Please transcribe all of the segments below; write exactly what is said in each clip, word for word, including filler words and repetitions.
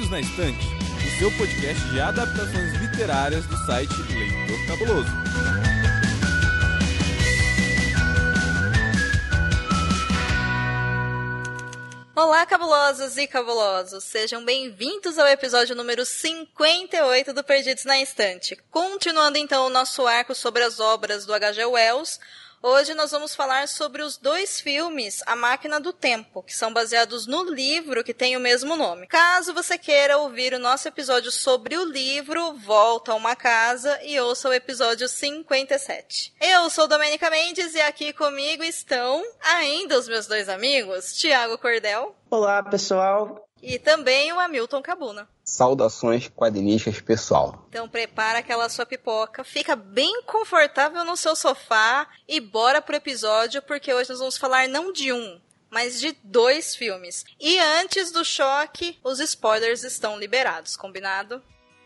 Perdidos na Estante, o seu podcast de adaptações literárias do site Leitor Cabuloso. Olá, cabulosos e cabulosos! Sejam bem-vindos ao episódio número cinquenta e oito do Perdidos na Estante. Continuando então o nosso arco sobre as obras do H G Wells, hoje nós vamos falar sobre os dois filmes A Máquina do Tempo, que são baseados no livro que tem o mesmo nome. Caso você queira ouvir o nosso episódio sobre o livro, volta a uma casa e ouça o episódio cinquenta e sete. Eu sou Domênica Mendes e aqui comigo estão ainda os meus dois amigos, Tiago Cordel. Olá, pessoal. E também o Hamilton Cabuna. Saudações quadrinistas, pessoal. Então prepara aquela sua pipoca, fica bem confortável no seu sofá e bora pro episódio, porque hoje nós vamos falar não de um, mas de dois filmes. E antes do choque, os spoilers estão liberados, combinado?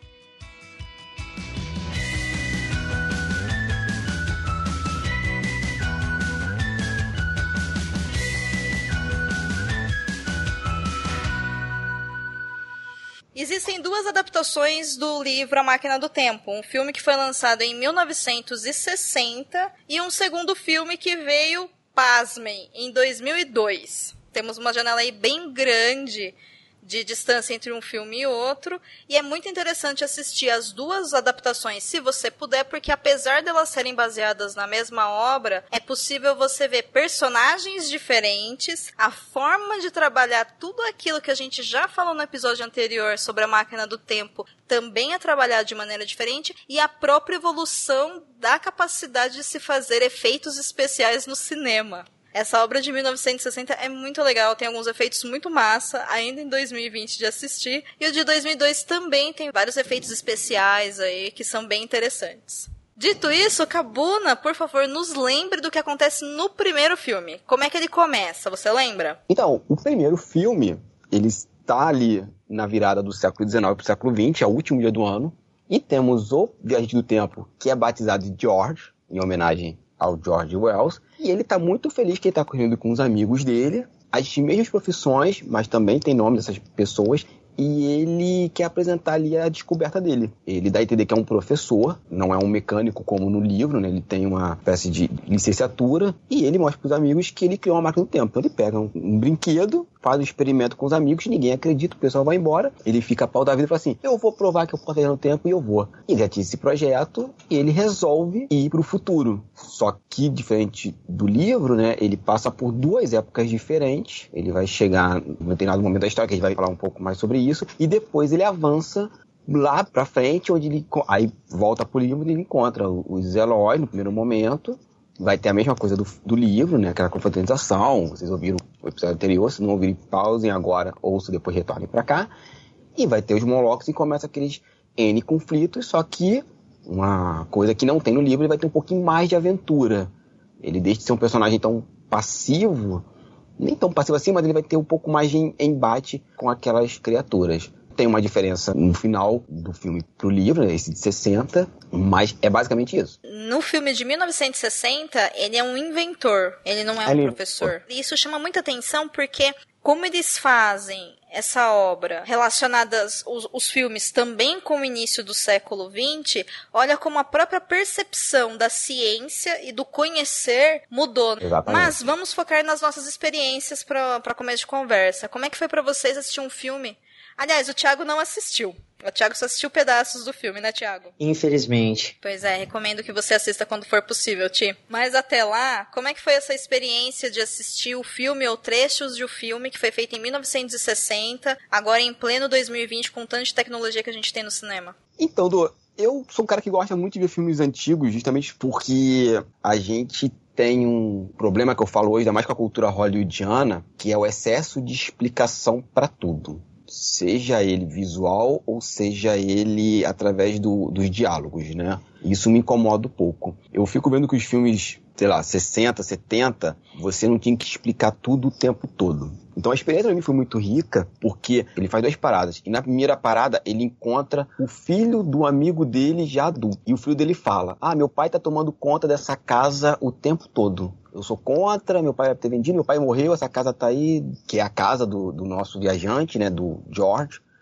Existem duas adaptações do livro A Máquina do Tempo, um filme que foi lançado em mil novecentos e sessenta e um segundo filme que veio, pasmem, em dois mil e dois. Temos uma janela aí bem grande de distância entre um filme e outro, e é muito interessante assistir as duas adaptações, se você puder, porque apesar de elas serem baseadas na mesma obra, é possível você ver personagens diferentes, a forma de trabalhar tudo aquilo que a gente já falou no episódio anterior sobre a Máquina do Tempo, também é trabalhado de maneira diferente, e a própria evolução da capacidade de se fazer efeitos especiais no cinema. Essa obra de mil novecentos e sessenta é muito legal, tem alguns efeitos muito massa, ainda em dois mil e vinte de assistir. E o de dois mil e dois também tem vários efeitos especiais aí, que são bem interessantes. Dito isso, Cabuna, por favor, nos lembre do que acontece no primeiro filme. Como é que ele começa, você lembra? Então, o primeiro filme, ele está ali na virada do século dezenove para o século vinte, é o último dia do ano. E temos o Viajante do Tempo, que é batizado de George, em homenagem ao George Wells, e ele tá muito feliz que ele tá correndo com os amigos dele, as mesmas profissões, mas também tem nome dessas pessoas, e ele quer apresentar ali a descoberta dele. Ele dá a entender que é um professor, não é um mecânico como no livro, né? Ele tem uma espécie de licenciatura, e ele mostra pros amigos que ele criou uma máquina do tempo. Então ele pega um, um brinquedo, faz um experimento com os amigos, ninguém acredita, o pessoal vai embora, ele fica a pau da vida e fala assim, eu vou provar que eu posso viajar no tempo e eu vou. E ele atinge esse projeto e ele resolve ir pro futuro. Só que, diferente do livro, né, ele passa por duas épocas diferentes, ele vai chegar em um determinado momento da história, que a gente vai falar um pouco mais sobre isso, e depois ele avança lá pra frente, onde ele aí volta pro livro e ele encontra os Eloi no primeiro momento. Vai ter a mesma coisa do, do livro, né? Aquela confraternização. Vocês ouviram o episódio anterior, se não ouvirem, pausem agora, ouçam, depois retornem pra cá. E vai ter os monólogos e começa aqueles N conflitos, só que uma coisa que não tem no livro, ele vai ter um pouquinho mais de aventura. Ele deixa de ser um personagem tão passivo, nem tão passivo assim, mas ele vai ter um pouco mais de embate com aquelas criaturas. Tem uma diferença no final do filme pro livro, esse de sessenta, mas é basicamente isso. No filme de mil novecentos e sessenta, ele é um inventor, ele não é um ele... professor. E isso chama muita atenção porque, como eles fazem essa obra relacionadas os, os filmes também com o início do século vinte, olha como a própria percepção da ciência e do conhecer mudou. Exatamente. Mas vamos focar nas nossas experiências para começo de conversa. Como é que foi para vocês assistir um filme? Aliás, o Thiago não assistiu. O Thiago só assistiu pedaços do filme, né, Thiago? Infelizmente. Pois é, recomendo que você assista quando for possível, Ti. Mas até lá, como é que foi essa experiência de assistir o filme ou trechos de um filme que foi feito em mil novecentos e sessenta, agora em pleno dois mil e vinte, com tanta tecnologia que a gente tem no cinema? Então, Dô, eu sou um cara que gosta muito de ver filmes antigos, justamente porque a gente tem um problema que eu falo hoje, ainda mais com a cultura hollywoodiana, que é o excesso de explicação para tudo. Seja ele visual ou seja ele através do, dos diálogos, né? Isso me incomoda um pouco. Eu fico vendo que os filmes, sei lá, sessenta, setenta, você não tinha que explicar tudo o tempo todo. Então a experiência pra mim foi muito rica, porque ele faz duas paradas. E na primeira parada, ele encontra o filho do amigo dele já adulto. E o filho dele fala, ah, meu pai tá tomando conta dessa casa o tempo todo. Eu sou contra, meu pai vai ter vendido, meu pai morreu, essa casa tá aí, que é a casa do, do nosso viajante, né, do George.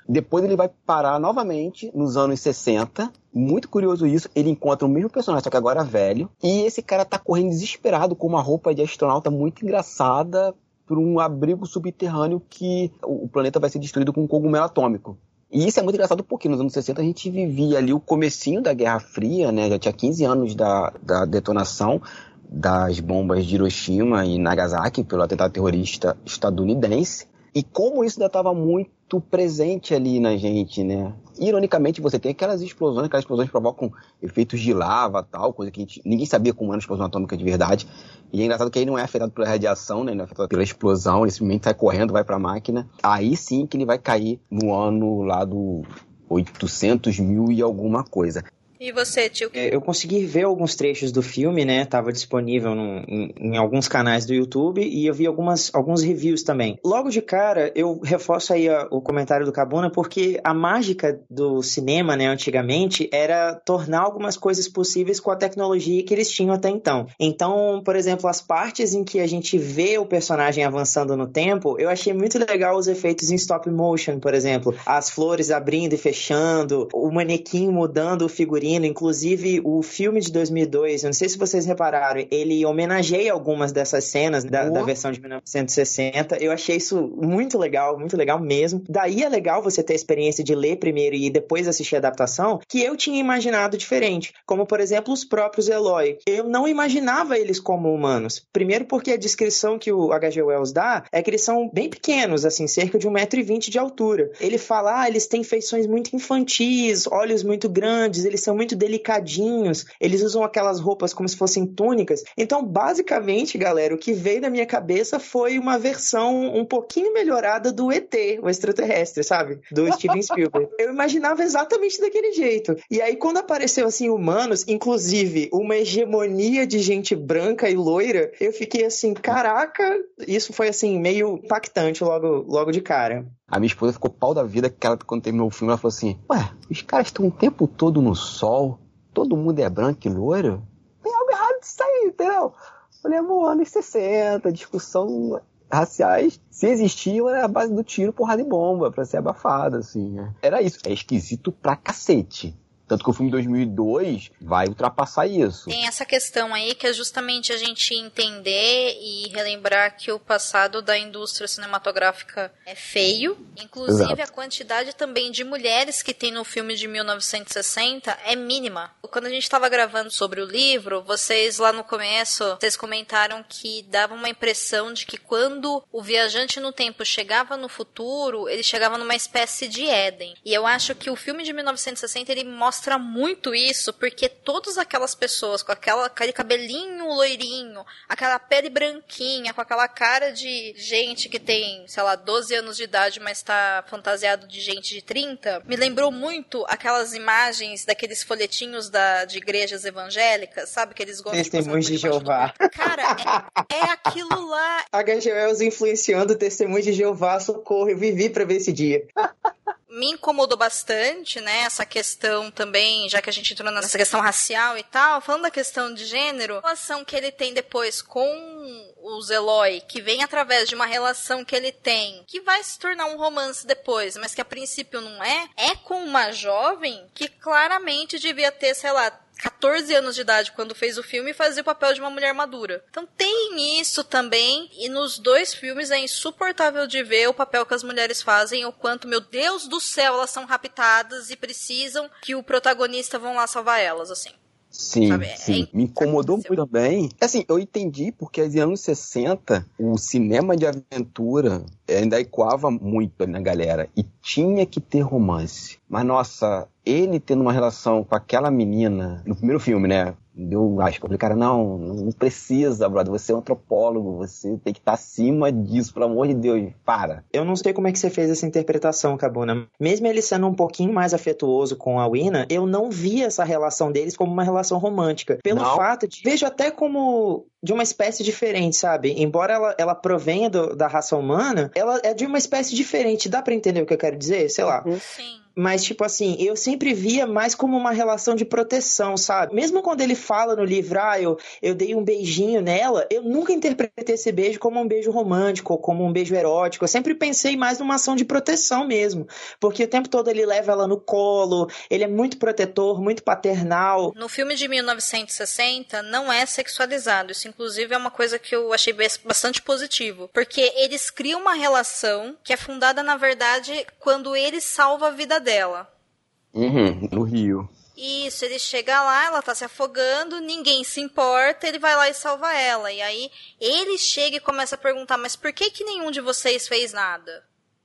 Depois ele vai parar novamente nos anos sessenta. Muito curioso isso, ele encontra o mesmo personagem, só que agora velho. E esse cara tá correndo desesperado com uma roupa de astronauta muito engraçada por um abrigo subterrâneo que o planeta vai ser destruído com um cogumelo atômico. E isso é muito engraçado porque nos anos sessenta a gente vivia ali o comecinho da Guerra Fria, né? Já tinha quinze anos da, da detonação das bombas de Hiroshima e Nagasaki pelo atentado terrorista estadunidense. E como isso ainda estava muito presente ali na gente, né? Ironicamente, você tem aquelas explosões, aquelas explosões provocam efeitos de lava, tal, coisa que a gente, ninguém sabia como era uma explosão atômica de verdade. E é engraçado que ele não é afetado pela radiação, né? Ele é afetado pela explosão, ele simplesmente sai correndo, vai para a máquina. Aí sim que ele vai cair no ano lá do oitocentos mil e alguma coisa. E você, tio? Eu consegui ver alguns trechos do filme, né? Tava disponível no, em, em alguns canais do YouTube e eu vi algumas, alguns reviews também. Logo de cara, eu reforço aí a, o comentário do Cabuna, porque a mágica do cinema, né, antigamente, era tornar algumas coisas possíveis com a tecnologia que eles tinham até então. Então, por exemplo, as partes em que a gente vê o personagem avançando no tempo, eu achei muito legal os efeitos em stop motion, por exemplo. As flores abrindo e fechando, o manequim mudando o figurino. Inclusive, o filme de dois mil e dois, eu não sei se vocês repararam, ele homenageia algumas dessas cenas da, da versão de mil novecentos e sessenta. Eu achei isso muito legal, muito legal mesmo. Daí é legal você ter a experiência de ler primeiro e depois assistir a adaptação, que eu tinha imaginado diferente. Como, por exemplo, os próprios Eloi. Eu não imaginava eles como humanos. Primeiro porque a descrição que o H G Wells dá é que eles são bem pequenos, assim, cerca de um metro e vinte de altura. Ele fala, ah, eles têm feições muito infantis, olhos muito grandes, eles são muito delicadinhos, eles usam aquelas roupas como se fossem túnicas. Então, basicamente, galera, o que veio na minha cabeça foi uma versão um pouquinho melhorada do E T, o extraterrestre, sabe? Do Steven Spielberg. Eu imaginava exatamente daquele jeito. E aí, quando apareceu, assim, humanos, inclusive uma hegemonia de gente branca e loira, eu fiquei assim, caraca, isso foi, assim, meio impactante logo, logo de cara. A minha esposa ficou pau da vida, que ela, quando terminou o filme, ela falou assim, ué, os caras estão o tempo todo no sol, todo mundo é branco e loiro? Tem algo errado disso aí, entendeu? Eu falei, amor, anos sessenta, discussão raciais, se existiam, era a base do tiro, porrada e bomba, pra ser abafada, assim, né? Era isso. É esquisito pra cacete. Tanto que o filme de dois mil e dois vai ultrapassar isso. Tem essa questão aí que é justamente a gente entender e relembrar que o passado da indústria cinematográfica é feio. Inclusive, Exato. A quantidade também de mulheres que tem no filme de mil novecentos e sessenta é mínima. Quando a gente estava gravando sobre o livro, vocês lá no começo, vocês comentaram que dava uma impressão de que quando o viajante no tempo chegava no futuro, ele chegava numa espécie de Éden. E eu acho que o filme de mil novecentos e sessenta, ele mostra mostra muito isso, porque todas aquelas pessoas com aquela, aquele cabelinho loirinho, aquela pele branquinha, com aquela cara de gente que tem, sei lá, doze anos de idade, mas tá fantasiado de gente de trinta, me lembrou muito aquelas imagens daqueles folhetinhos da, de igrejas evangélicas, sabe? Que eles gostam Testemunhos de, de Jeová. Cara, é, é aquilo lá. H G Wells influenciando o Testemunho de Jeová, socorro, eu vivi pra ver esse dia. Me incomodou bastante, né, essa questão também, já que a gente entrou nessa questão racial e tal, falando da questão de gênero, a relação que ele tem depois com os Eloi, que vem através de uma relação que ele tem, que vai se tornar um romance depois, mas que a princípio não é, é com uma jovem que claramente devia ter, sei lá, catorze anos de idade quando fez o filme e fazia o papel de uma mulher madura. Então tem isso também, e nos dois filmes é insuportável de ver o papel que as mulheres fazem, o quanto, meu Deus do céu, elas são raptadas e precisam que o protagonista vão lá salvar elas, assim. Sim, Sabe? sim. É, me incomodou muito também. Assim, eu entendi porque nos anos sessenta o cinema de aventura ainda ecoava muito na galera e tinha que ter romance. Mas, nossa, ele tendo uma relação com aquela menina no primeiro filme, né? Eu acho que eu falei, cara, não, não precisa, brother, você é um antropólogo, você tem que estar acima disso, pelo amor de Deus, para. Eu não sei como é que você fez essa interpretação, Cabuna. Mesmo ele sendo um pouquinho mais afetuoso com a Wina, eu não vi essa relação deles como uma relação romântica. Pelo não. fato de... Vejo até como de uma espécie diferente, sabe? Embora ela, ela provenha do, da raça humana, ela é de uma espécie diferente. Dá pra entender o que eu quero dizer? Sei lá. Sim. mas, tipo assim, eu sempre via mais como uma relação de proteção, sabe? Mesmo quando ele fala no livro, ah, eu, eu dei um beijinho nela, eu nunca interpretei esse beijo como um beijo romântico ou como um beijo erótico. Eu sempre pensei mais numa ação de proteção mesmo, porque o tempo todo ele leva ela no colo, ele é muito protetor, muito paternal. No filme de mil novecentos e sessenta, não é sexualizado. Isso, inclusive, é uma coisa que eu achei bastante positivo, porque eles criam uma relação que é fundada, na verdade, quando ele salva a vida dela. Uhum, no rio. Isso, ele chega lá, ela tá se afogando, ninguém se importa, ele vai lá e salva ela. E aí, ele chega e começa a perguntar, mas por que que nenhum de vocês fez nada?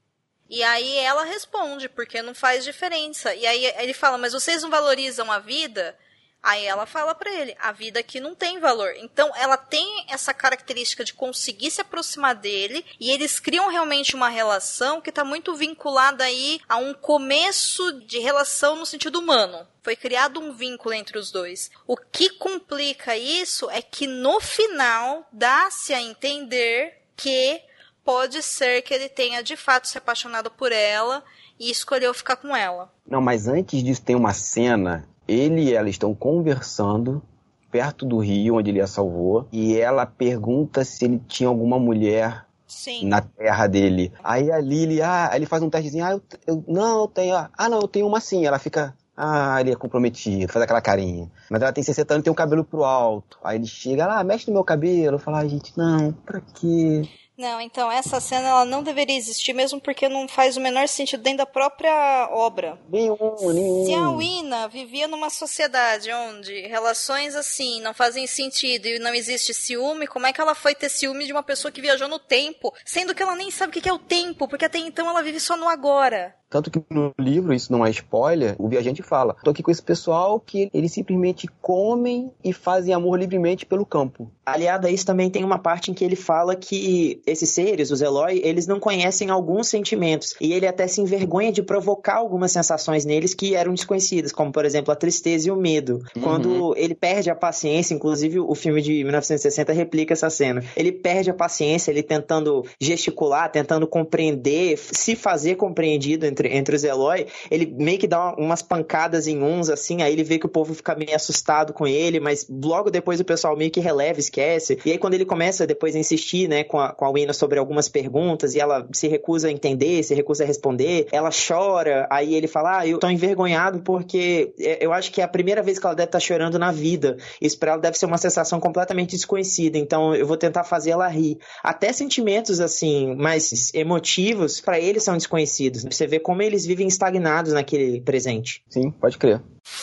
E aí ela responde, porque não faz diferença. E aí ele fala, mas vocês não valorizam a vida? Aí ela fala pra ele, a vida aqui não tem valor. Então ela tem essa característica de conseguir se aproximar dele, e eles criam realmente uma relação que tá muito vinculada aí a um começo de relação no sentido humano. Foi criado um vínculo entre os dois. O que complica isso é que no final dá-se a entender que pode ser que ele tenha de fato se apaixonado por ela e escolheu ficar com ela. Não, mas antes disso tem uma cena, ele e ela estão conversando perto do rio onde ele a salvou, e ela pergunta se ele tinha alguma mulher Sim. na terra dele. Aí a Lily, ah, ele faz um testezinho, ah, eu, eu não, eu tenho, ah, não, eu tenho uma sim. Ela fica, ah, ele é comprometido, faz aquela carinha. Mas ela tem sessenta anos e tem o cabelo pro alto. Aí ele chega lá, ah, mexe no meu cabelo. Eu falo, ai, gente, não, pra quê? Não, então essa cena ela não deveria existir, mesmo porque não faz o menor sentido dentro da própria obra. Nenhum, nenhum. Se a Wina vivia numa sociedade onde relações assim não fazem sentido e não existe ciúme, como é que ela foi ter ciúme de uma pessoa que viajou no tempo, sendo que ela nem sabe o que é o tempo, porque até então ela vive só no agora? Tanto que no livro, isso não é spoiler, o viajante fala, tô aqui com esse pessoal que eles simplesmente comem e fazem amor livremente pelo campo. Aliado a isso, também tem uma parte em que ele fala que esses seres, os Eloi, eles não conhecem alguns sentimentos, e ele até se envergonha de provocar algumas sensações neles que eram desconhecidas, como, por exemplo, a tristeza e o medo. Uhum. Quando ele perde a paciência, inclusive o filme de mil novecentos e sessenta replica essa cena, ele perde a paciência, ele tentando gesticular, tentando compreender, se fazer compreendido entre Entre, entre os Eloi, ele meio que dá umas pancadas em uns, assim, aí ele vê que o povo fica meio assustado com ele, mas logo depois o pessoal meio que releva, esquece, e aí quando ele começa depois a insistir, né, com a, com a Wina sobre algumas perguntas, e ela se recusa a entender, se recusa a responder, ela chora, aí ele fala, ah, eu tô envergonhado porque eu acho que é a primeira vez que ela deve estar chorando na vida, isso pra ela deve ser uma sensação completamente desconhecida, então eu vou tentar fazer ela rir. Até sentimentos, assim, mais emotivos, pra eles são desconhecidos, você vê como como eles vivem estagnados naquele presente. Sim, pode crer.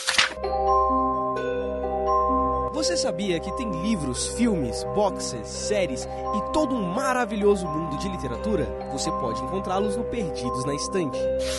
Você sabia que tem livros, filmes, boxes, séries e todo um maravilhoso mundo de literatura? Você pode encontrá-los no Perdidos na Estante.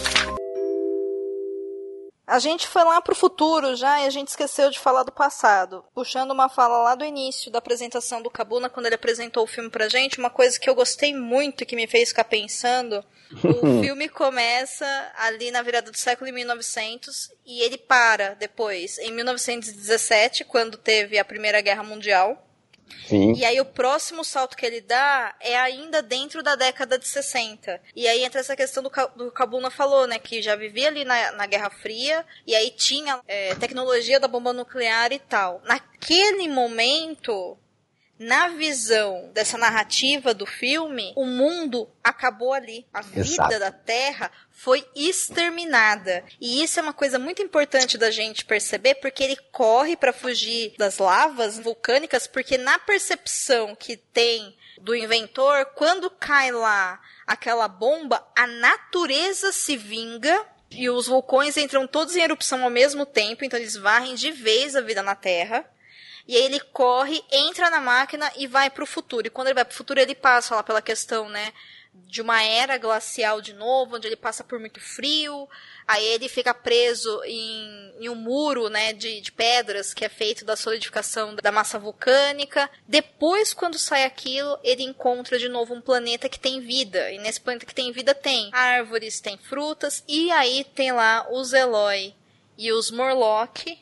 A gente foi lá pro futuro já e a gente esqueceu de falar do passado. Puxando uma fala lá do início da apresentação do Cabuna, quando ele apresentou o filme pra gente, uma coisa que eu gostei muito e que me fez ficar pensando, o filme começa ali na virada do século em mil e novecentos e ele para depois em mil novecentos e dezessete, quando teve a Primeira Guerra Mundial. Sim. E aí o próximo salto que ele dá é ainda dentro da década de sessenta. E aí entra essa questão do, do Cabuna falou, né? Que já vivia ali na, na Guerra Fria. E aí tinha é, tecnologia da bomba nuclear e tal. Naquele momento, na visão dessa narrativa do filme, o mundo acabou ali. A vida Exato. Da Terra foi exterminada. E isso é uma coisa muito importante da gente perceber, porque ele corre para fugir das lavas vulcânicas, porque na percepção que tem do inventor, quando cai lá aquela bomba, a natureza se vinga e os vulcões entram todos em erupção ao mesmo tempo, então eles varrem de vez a vida na Terra. E aí ele corre, entra na máquina e vai pro futuro. E quando ele vai pro futuro, ele passa lá pela questão, né, de uma era glacial de novo, onde ele passa por muito frio. Aí ele fica preso em, em um muro, né, de, de pedras, que é feito da solidificação da massa vulcânica. Depois, quando sai aquilo, ele encontra de novo um planeta que tem vida. E nesse planeta que tem vida tem árvores, tem frutas. E aí tem lá os Eloi e os Morlock.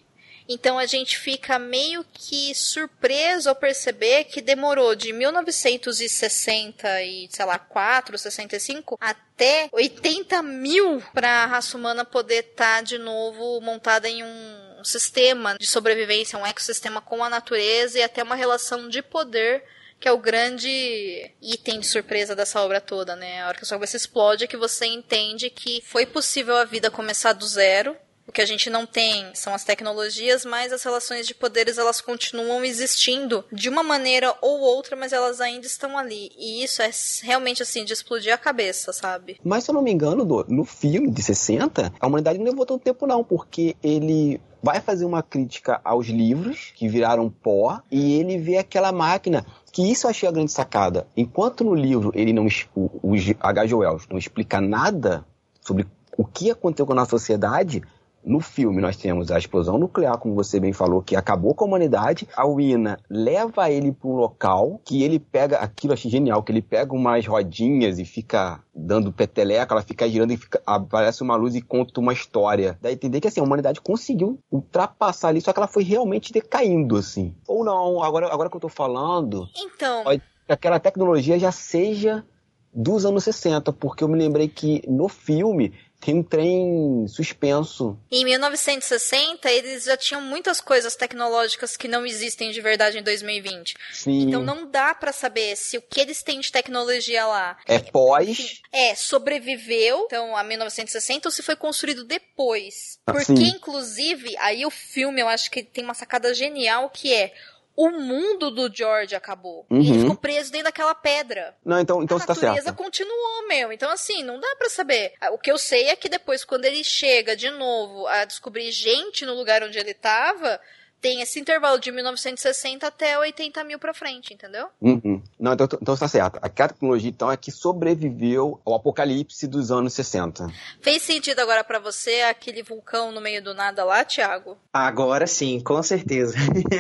Então a gente fica meio que surpreso ao perceber que demorou de mil novecentos e sessenta e, sei lá, quatro, sessenta e cinco até oitenta mil para a raça humana poder estar de novo montada em um sistema de sobrevivência, um ecossistema com a natureza e até uma relação de poder, que é o grande item de surpresa dessa obra toda, né? A hora que a sua cabeça explode é que você entende que foi possível a vida começar do zero. O que a gente não tem são as tecnologias, mas as relações de poderes, elas continuam existindo de uma maneira ou outra, mas elas ainda estão ali. E isso é realmente, assim, de explodir a cabeça, sabe? Mas, se eu não me engano, no filme de sessenta, a humanidade não levou tanto tempo, não, porque ele vai fazer uma crítica aos livros, que viraram pó, e ele vê aquela máquina, que isso eu achei a grande sacada. Enquanto no livro ele não, o, o H G Wells não explica nada sobre o que aconteceu com a nossa sociedade, no filme nós temos a explosão nuclear, como você bem falou, que acabou com a humanidade. A Wina leva ele para um local que ele pega, aquilo eu achei genial, que ele pega umas rodinhas e fica dando peteleca, ela fica girando e fica, aparece uma luz e conta uma história. Dá a entender que assim, a humanidade conseguiu ultrapassar ali, só que ela foi realmente decaindo, assim. Ou não, agora, agora que eu tô falando, então, pode, aquela tecnologia já seja dos anos sessenta, porque eu me lembrei que no filme tem um trem suspenso. Em mil novecentos e sessenta, eles já tinham muitas coisas tecnológicas que não existem de verdade em dois mil e vinte. Sim. Então não dá pra saber se o que eles têm de tecnologia lá... É pós... Enfim, é, sobreviveu, então, a mil novecentos e sessenta, ou se foi construído depois. Porque, Sim. inclusive, aí o filme, eu acho que tem uma sacada genial, que é... O mundo do George acabou. Uhum. E ele ficou preso dentro daquela pedra. Não, então, então a você tá certo. A natureza continuou, meu. Então, assim, não dá pra saber. O que eu sei é que depois, quando ele chega de novo a descobrir gente no lugar onde ele tava, tem esse intervalo de mil novecentos e sessenta até oitenta mil pra frente, entendeu? Uhum. Não, então, então você tá certo. A tecnologia, então, é que sobreviveu ao apocalipse dos anos sessenta. Fez sentido agora pra você aquele vulcão no meio do nada lá, Thiago? Agora sim, com certeza.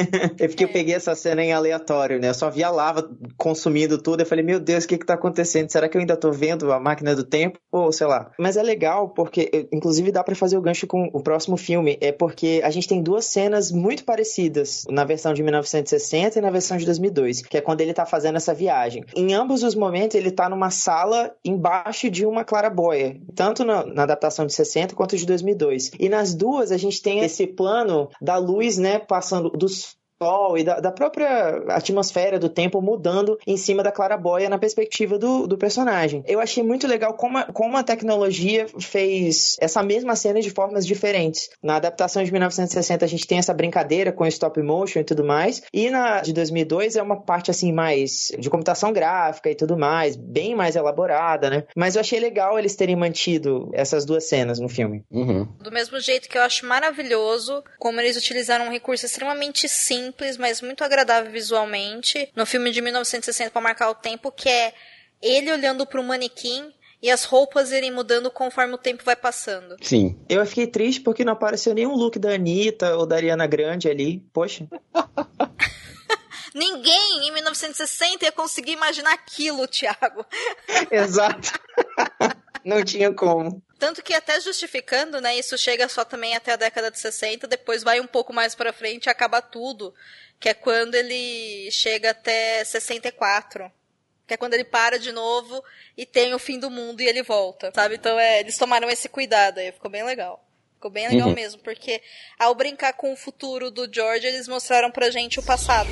É porque É. eu peguei essa cena em aleatório, né? Eu só vi a lava consumindo tudo. Eu falei, meu Deus, o que que tá acontecendo? Será que eu ainda tô vendo a máquina do tempo? Ou sei lá. Mas é legal porque, inclusive, dá pra fazer o gancho com o próximo filme. É porque a gente tem duas cenas muito parecidas na versão de mil novecentos e sessenta e na versão de dois mil e dois, que é quando ele tá fazendo essa viagem. Em ambos os momentos, ele tá numa sala embaixo de uma claraboia, tanto na, na adaptação de sessenta quanto de dois mil e dois. E nas duas, a gente tem esse plano da luz, né, passando dos sol e da, da própria atmosfera do tempo mudando em cima da claraboia na perspectiva do, do personagem. Eu achei muito legal como a, como a tecnologia fez essa mesma cena de formas diferentes. Na adaptação de mil novecentos e sessenta a gente tem essa brincadeira com stop motion e tudo mais, e na de dois mil e dois é uma parte assim mais de computação gráfica e tudo mais, bem mais elaborada, né? Mas eu achei legal eles terem mantido essas duas cenas no filme. Uhum. Do mesmo jeito que eu acho maravilhoso como eles utilizaram um recurso extremamente simples, mas muito agradável visualmente, no filme de mil novecentos e sessenta, para marcar o tempo, que é ele olhando para o manequim e as roupas irem mudando conforme o tempo vai passando. Sim. Eu fiquei triste porque não apareceu nenhum look da Anitta ou da Ariana Grande ali. Poxa. Ninguém em mil novecentos e sessenta ia conseguir imaginar aquilo, Thiago. Exato. Não tinha como. Tanto que até justificando, né, isso chega só também até a década de sessenta, depois vai um pouco mais pra frente e acaba tudo, que é quando ele chega até sessenta e quatro, que é quando ele para de novo e tem o fim do mundo e ele volta, sabe? Então é, eles tomaram esse cuidado aí, ficou bem legal. Ficou bem legal Uhum. mesmo, porque ao brincar com o futuro do George, eles mostraram pra gente o passado.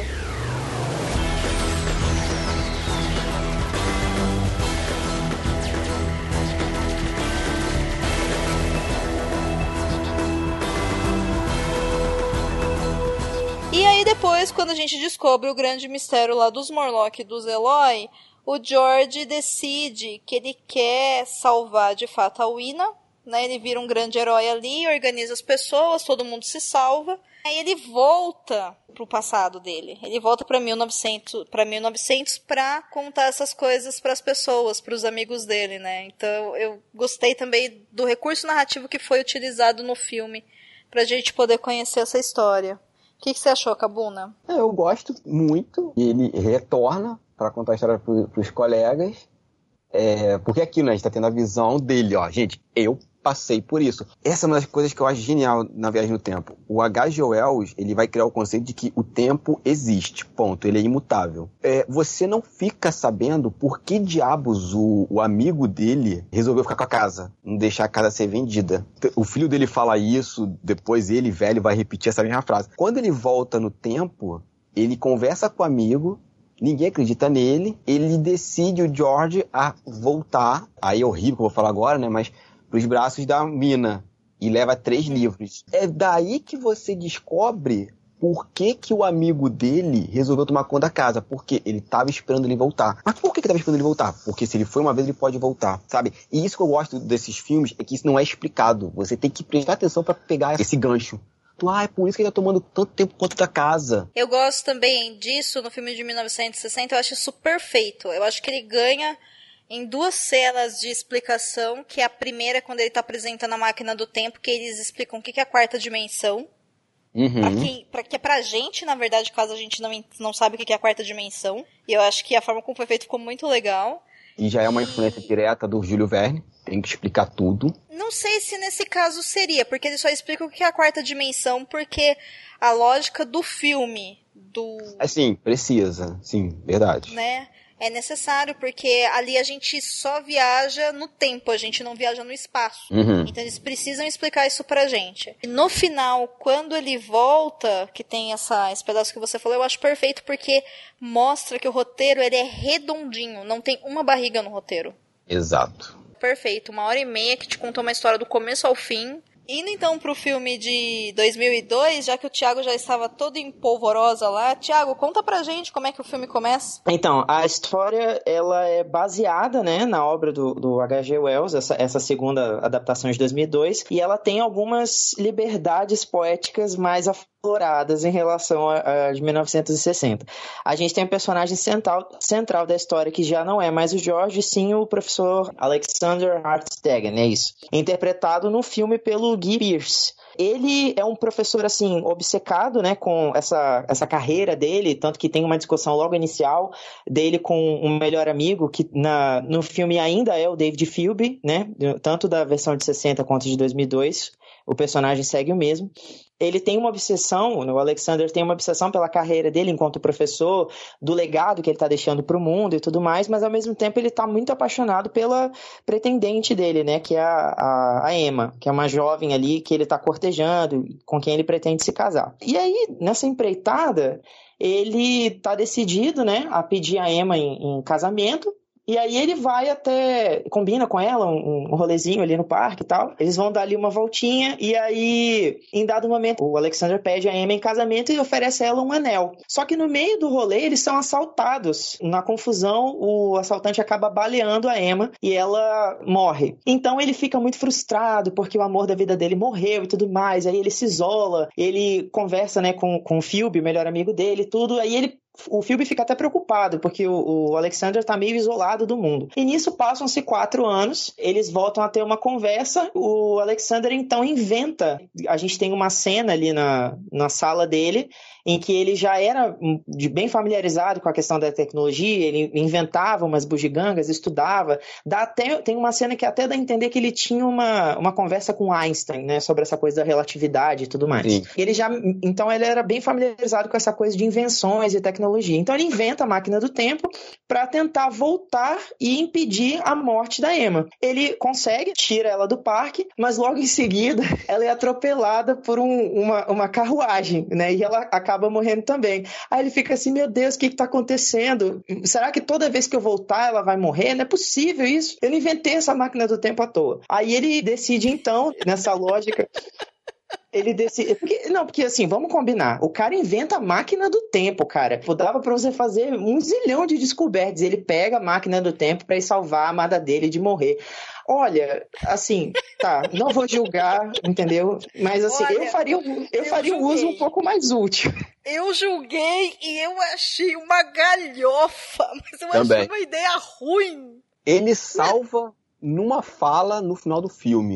E aí depois, quando a gente descobre o grande mistério lá dos Morlock e dos Eloy, o George decide que ele quer salvar de fato a Wina, né? Ele vira um grande herói ali, organiza as pessoas, todo mundo se salva. Aí ele volta pro passado dele. Ele volta para mil e novecentos, para mil e novecentos para contar essas coisas para as pessoas, para os amigos dele, né? Então eu gostei também do recurso narrativo que foi utilizado no filme pra gente poder conhecer essa história. O que, que você achou, Cabuna? Eu gosto muito. Ele retorna para contar a história para os colegas. É, porque aqui, né, a gente tá tendo a visão dele, ó. Gente, eu passei por isso. Essa é uma das coisas que eu acho genial na Viagem no Tempo. O H G. Wells, ele vai criar o conceito de que o tempo existe, ponto. Ele é imutável. É, você não fica sabendo por que diabos o, o amigo dele resolveu ficar com a casa, não deixar a casa ser vendida. O filho dele fala isso, depois ele, velho, vai repetir essa mesma frase. Quando ele volta no tempo, ele conversa com o amigo, ninguém acredita nele, ele decide o George a voltar, aí é horrível que eu vou falar agora, né, mas pros braços da mina, e leva três livros. É daí que você descobre por que que o amigo dele resolveu tomar conta da casa, porque ele tava esperando ele voltar. Mas por que que tava esperando ele voltar? Porque se ele foi uma vez, ele pode voltar, sabe? E isso que eu gosto desses filmes, é que isso não é explicado, você tem que prestar atenção pra pegar esse gancho. Ah, é por isso que ele tá tomando tanto tempo quanto da casa. Eu gosto também disso no filme de mil novecentos e sessenta, eu acho isso perfeito. Eu acho que ele ganha em duas cenas de explicação, que é a primeira quando ele tá apresentando a máquina do tempo, que eles explicam o que é a quarta dimensão. Uhum. Pra quem, pra, que é pra gente, na verdade, caso a gente não, não sabe o que é a quarta dimensão. E eu acho que a forma como foi feito ficou muito legal. E já é uma influência direta do Júlio Verne, tem que explicar tudo. Não sei se nesse caso seria, porque ele só explica o que é a quarta dimensão, porque a lógica do filme, do... Assim, precisa, sim, verdade. Né? É necessário, porque ali a gente só viaja no tempo, a gente não viaja no espaço. Uhum. Então eles precisam explicar isso pra gente. E no final, quando ele volta, que tem essa, esse pedaço que você falou, eu acho perfeito, porque mostra que o roteiro ele é redondinho, não tem uma barriga no roteiro. Exato. Perfeito, uma hora e meia que te contou uma história do começo ao fim. Indo então pro filme de dois mil e dois, já que o Thiago já estava todo em polvorosa lá. Thiago, conta pra gente como é que o filme começa. Então, a história, ela é baseada, né, na obra do, do H G. Wells, essa, essa segunda adaptação de dois mil e dois, e ela tem algumas liberdades poéticas mais afloradas em relação a, a de mil novecentos e sessenta. A gente tem um personagem central, central da história que já não é mais o George, sim o professor Alexander Hartstetten, é isso. Interpretado no filme pelo Guy Pearce. Ele é um professor, assim, obcecado, né, com essa, essa carreira dele, tanto que tem uma discussão logo inicial dele com um melhor amigo, que na, no filme ainda é o David Philby, né, tanto da versão de sessenta quanto de dois mil e dois, o personagem segue o mesmo. Ele tem uma obsessão, o Alexander tem uma obsessão pela carreira dele enquanto professor, do legado que ele está deixando para o mundo e tudo mais, mas ao mesmo tempo ele está muito apaixonado pela pretendente dele, né, que é a, a, a Emma, que é uma jovem ali que ele está cortejando, com quem ele pretende se casar. E aí, nessa empreitada, ele está decidido, né, a pedir a Emma em, em casamento. E aí ele vai até, combina com ela um, um rolezinho ali no parque e tal. Eles vão dar ali uma voltinha e aí, em dado momento, o Alexander pede a Emma em casamento e oferece a ela um anel. Só que no meio do rolê, eles são assaltados. Na confusão, o assaltante acaba baleando a Emma e ela morre. Então ele fica muito frustrado porque o amor da vida dele morreu e tudo mais. Aí ele se isola, ele conversa, né, com, com o Philby, o melhor amigo dele e tudo. Aí ele O Philby fica até preocupado, porque o, o Alexander tá meio isolado do mundo. E nisso passam-se quatro anos, eles voltam a ter uma conversa, o Alexander então inventa, a gente tem uma cena ali na, na sala dele, em que ele já era de bem familiarizado com a questão da tecnologia, ele inventava umas bugigangas, estudava, dá até, tem uma cena que até dá a entender que ele tinha uma, uma conversa com Einstein, né, sobre essa coisa da relatividade e tudo mais. Sim. Ele já, então ele era bem familiarizado com essa coisa de invenções e tecnologia. Então ele inventa a máquina do tempo para tentar voltar e impedir a morte da Emma. Ele consegue, tira ela do parque, mas logo em seguida ela é atropelada por um, uma, uma carruagem, né? E ela acaba morrendo também. Aí ele fica assim, meu Deus, o que está acontecendo? Será que toda vez que eu voltar ela vai morrer? Não é possível isso. Eu não inventei essa máquina do tempo à toa. Aí ele decide então, nessa lógica... Ele decide... Porque, não, porque assim, vamos combinar. O cara inventa a máquina do tempo, cara. Dava pra você fazer um zilhão de descobertas. Ele pega a máquina do tempo pra ir salvar a amada dele de morrer. Olha, assim, tá, não vou julgar, entendeu? Mas assim, Olha, eu faria, eu, eu faria um uso um pouco mais útil. Eu julguei e eu achei uma galhofa, mas eu Também. achei uma ideia ruim. Ele salva numa fala no final do filme.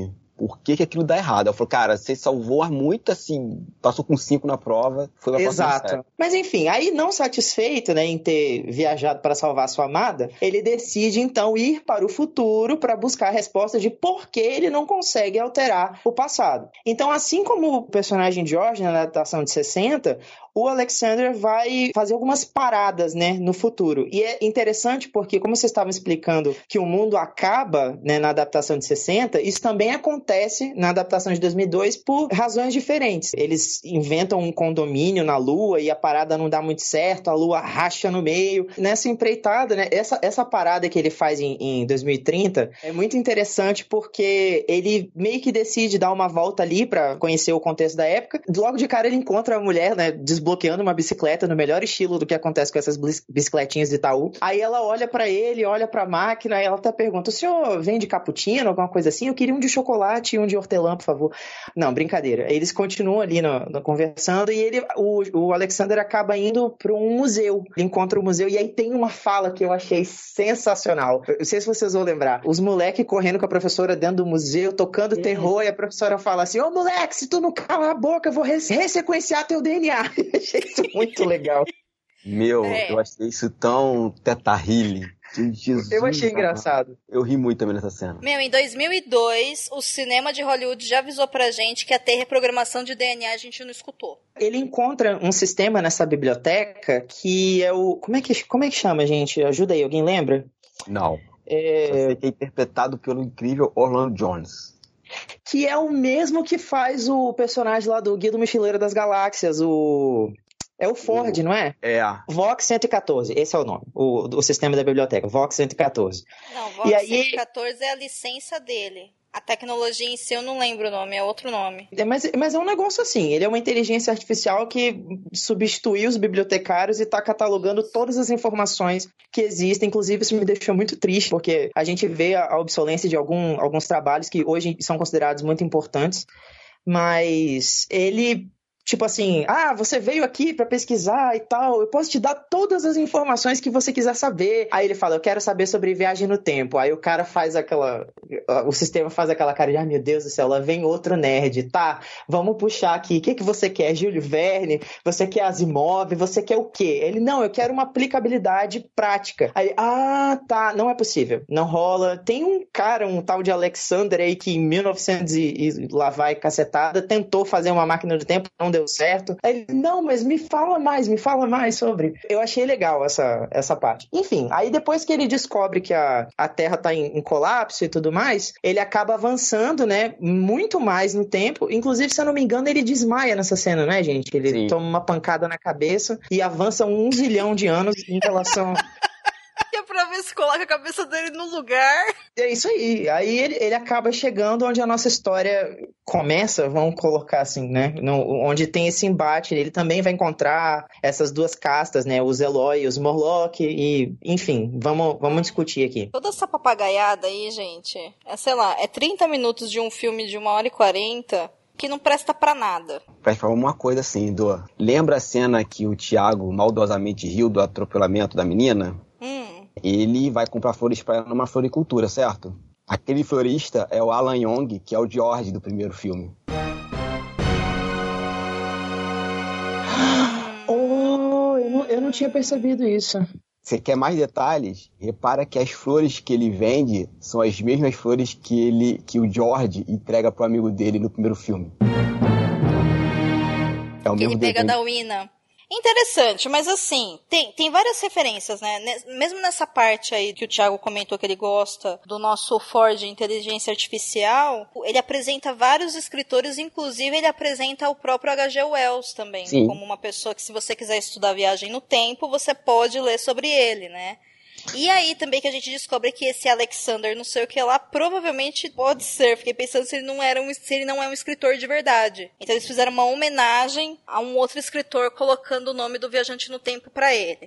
por que, que aquilo dá errado. Eu falo, cara, você salvou muito, assim, passou com cinco na prova, foi pra Exato. série. Mas enfim, aí não satisfeito, né, em ter viajado para salvar sua amada, ele decide então ir para o futuro para buscar a resposta de por que ele não consegue alterar o passado. Então, assim como o personagem George na adaptação de sessenta, o Alexander vai fazer algumas paradas, né, no futuro. E é interessante porque, como vocês estavam explicando que o mundo acaba, né, na adaptação de sessenta, isso também acontece na adaptação de dois mil e dois por razões diferentes. Eles inventam um condomínio na Lua e a parada não dá muito certo, a Lua racha no meio. Nessa empreitada, né, essa, essa parada que ele faz em, em dois mil e trinta é muito interessante porque ele meio que decide dar uma volta ali para conhecer o contexto da época. Logo de cara ele encontra a mulher, né, desbloqueando uma bicicleta no melhor estilo do que acontece com essas bicicletinhas de Itaú. Aí ela olha pra ele, olha pra máquina, e ela até pergunta, o senhor vende cappuccino, alguma coisa assim? Eu queria um de chocolate e um de hortelã, por favor. Não, brincadeira. Eles continuam ali no, no, conversando e ele, o, o Alexander acaba indo pra um museu. Ele encontra o museu e aí tem uma fala que eu achei sensacional. Eu não sei se vocês vão lembrar. Os moleques correndo com a professora dentro do museu, tocando hum. terror, e a professora fala assim, ô moleque, se tu não calar a boca, eu vou ressequenciar teu D N A. Achei isso muito legal. Meu, é. eu achei isso tão Teta Healing. Jesus, eu achei engraçado. Eu ri muito também nessa cena. Meu, em dois mil e dois, o cinema de Hollywood já avisou pra gente que ia ter reprogramação de D N A, a gente não escutou. Ele encontra um sistema nessa biblioteca que é o... Como é que, como é que chama, gente? Ajuda aí, alguém lembra? Não. É... Só sei que é interpretado pelo incrível Orlando Jones. Que é o mesmo que faz o personagem lá do Guia do Mochileiro das Galáxias, o... É o Ford, o... não é? É. Vox cento e quatorze, esse é o nome, o, o sistema da biblioteca, Vox cento e quatorze. Não, Vox e aí... cento e quatorze é a licença dele. A tecnologia em si eu não lembro o nome, é outro nome. É, mas, mas é um negócio assim, ele é uma inteligência artificial que substituiu os bibliotecários e está catalogando todas as informações que existem. Inclusive, isso me deixou muito triste, porque a gente vê a, a obsolência de algum, alguns trabalhos que hoje são considerados muito importantes, mas ele... Tipo assim, ah, você veio aqui pra pesquisar e tal, eu posso te dar todas as informações que você quiser saber. Aí ele fala, eu quero saber sobre viagem no tempo. Aí o cara faz aquela... O sistema faz aquela cara de, ah, meu Deus do céu, lá vem outro nerd. Tá, vamos puxar aqui. O que, que você quer? Júlio Verne? Você quer Asimov? Você quer o quê? Ele, não, eu quero uma aplicabilidade prática. Aí, ah, tá, não é possível. Não rola. Tem um cara, um tal de Alexander aí, que em mil e novecentos e, e lá vai cacetada, tentou fazer uma máquina do tempo, não deu certo. Aí ele, não, mas me fala mais, me fala mais sobre. Eu achei legal essa, essa parte. Enfim, aí depois que ele descobre que a, a Terra tá em, em colapso e tudo mais, ele acaba avançando, né, muito mais no tempo. Inclusive, se eu não me engano, ele desmaia nessa cena, né, gente? Ele Sim. toma uma pancada na cabeça e avança um zilhão de anos em relação... É pra ver se coloca a cabeça dele no lugar. É isso aí. Aí ele, ele acaba chegando onde a nossa história começa, vamos colocar assim, né? No, onde tem esse embate. Ele também vai encontrar essas duas castas, né? Os Eloy e os Morlock. E, enfim, vamos, vamos discutir aqui. Toda essa papagaiada aí, gente, é, sei lá, é trinta minutos de um filme de uma hora e quarenta... que não presta pra nada. Pra falar uma coisa assim, do... Lembra a cena que o Thiago maldosamente riu do atropelamento da menina? Hum. Ele vai comprar flores pra ela numa floricultura, certo? Aquele florista é o Alan Young, que é o George do primeiro filme. Oh, eu não, eu não tinha percebido isso. Você quer mais detalhes? Repara que as flores que ele vende são as mesmas flores que, ele, que o George entrega pro amigo dele no primeiro filme. É o mesmo ele pega desenho. Da Wina. Interessante, mas assim, tem, tem várias referências, né? Mesmo nessa parte aí que o Thiago comentou que ele gosta do nosso Ford Inteligência Artificial, ele apresenta vários escritores, inclusive ele apresenta o próprio H G Wells também, Sim. como uma pessoa que, se você quiser estudar viagem no tempo, você pode ler sobre ele, né? E aí também que a gente descobre que esse Alexander, não sei o que lá, provavelmente pode ser. Fiquei pensando se ele não era um, se ele não é um escritor de verdade. Então eles fizeram uma homenagem a um outro escritor colocando o nome do viajante no tempo pra ele.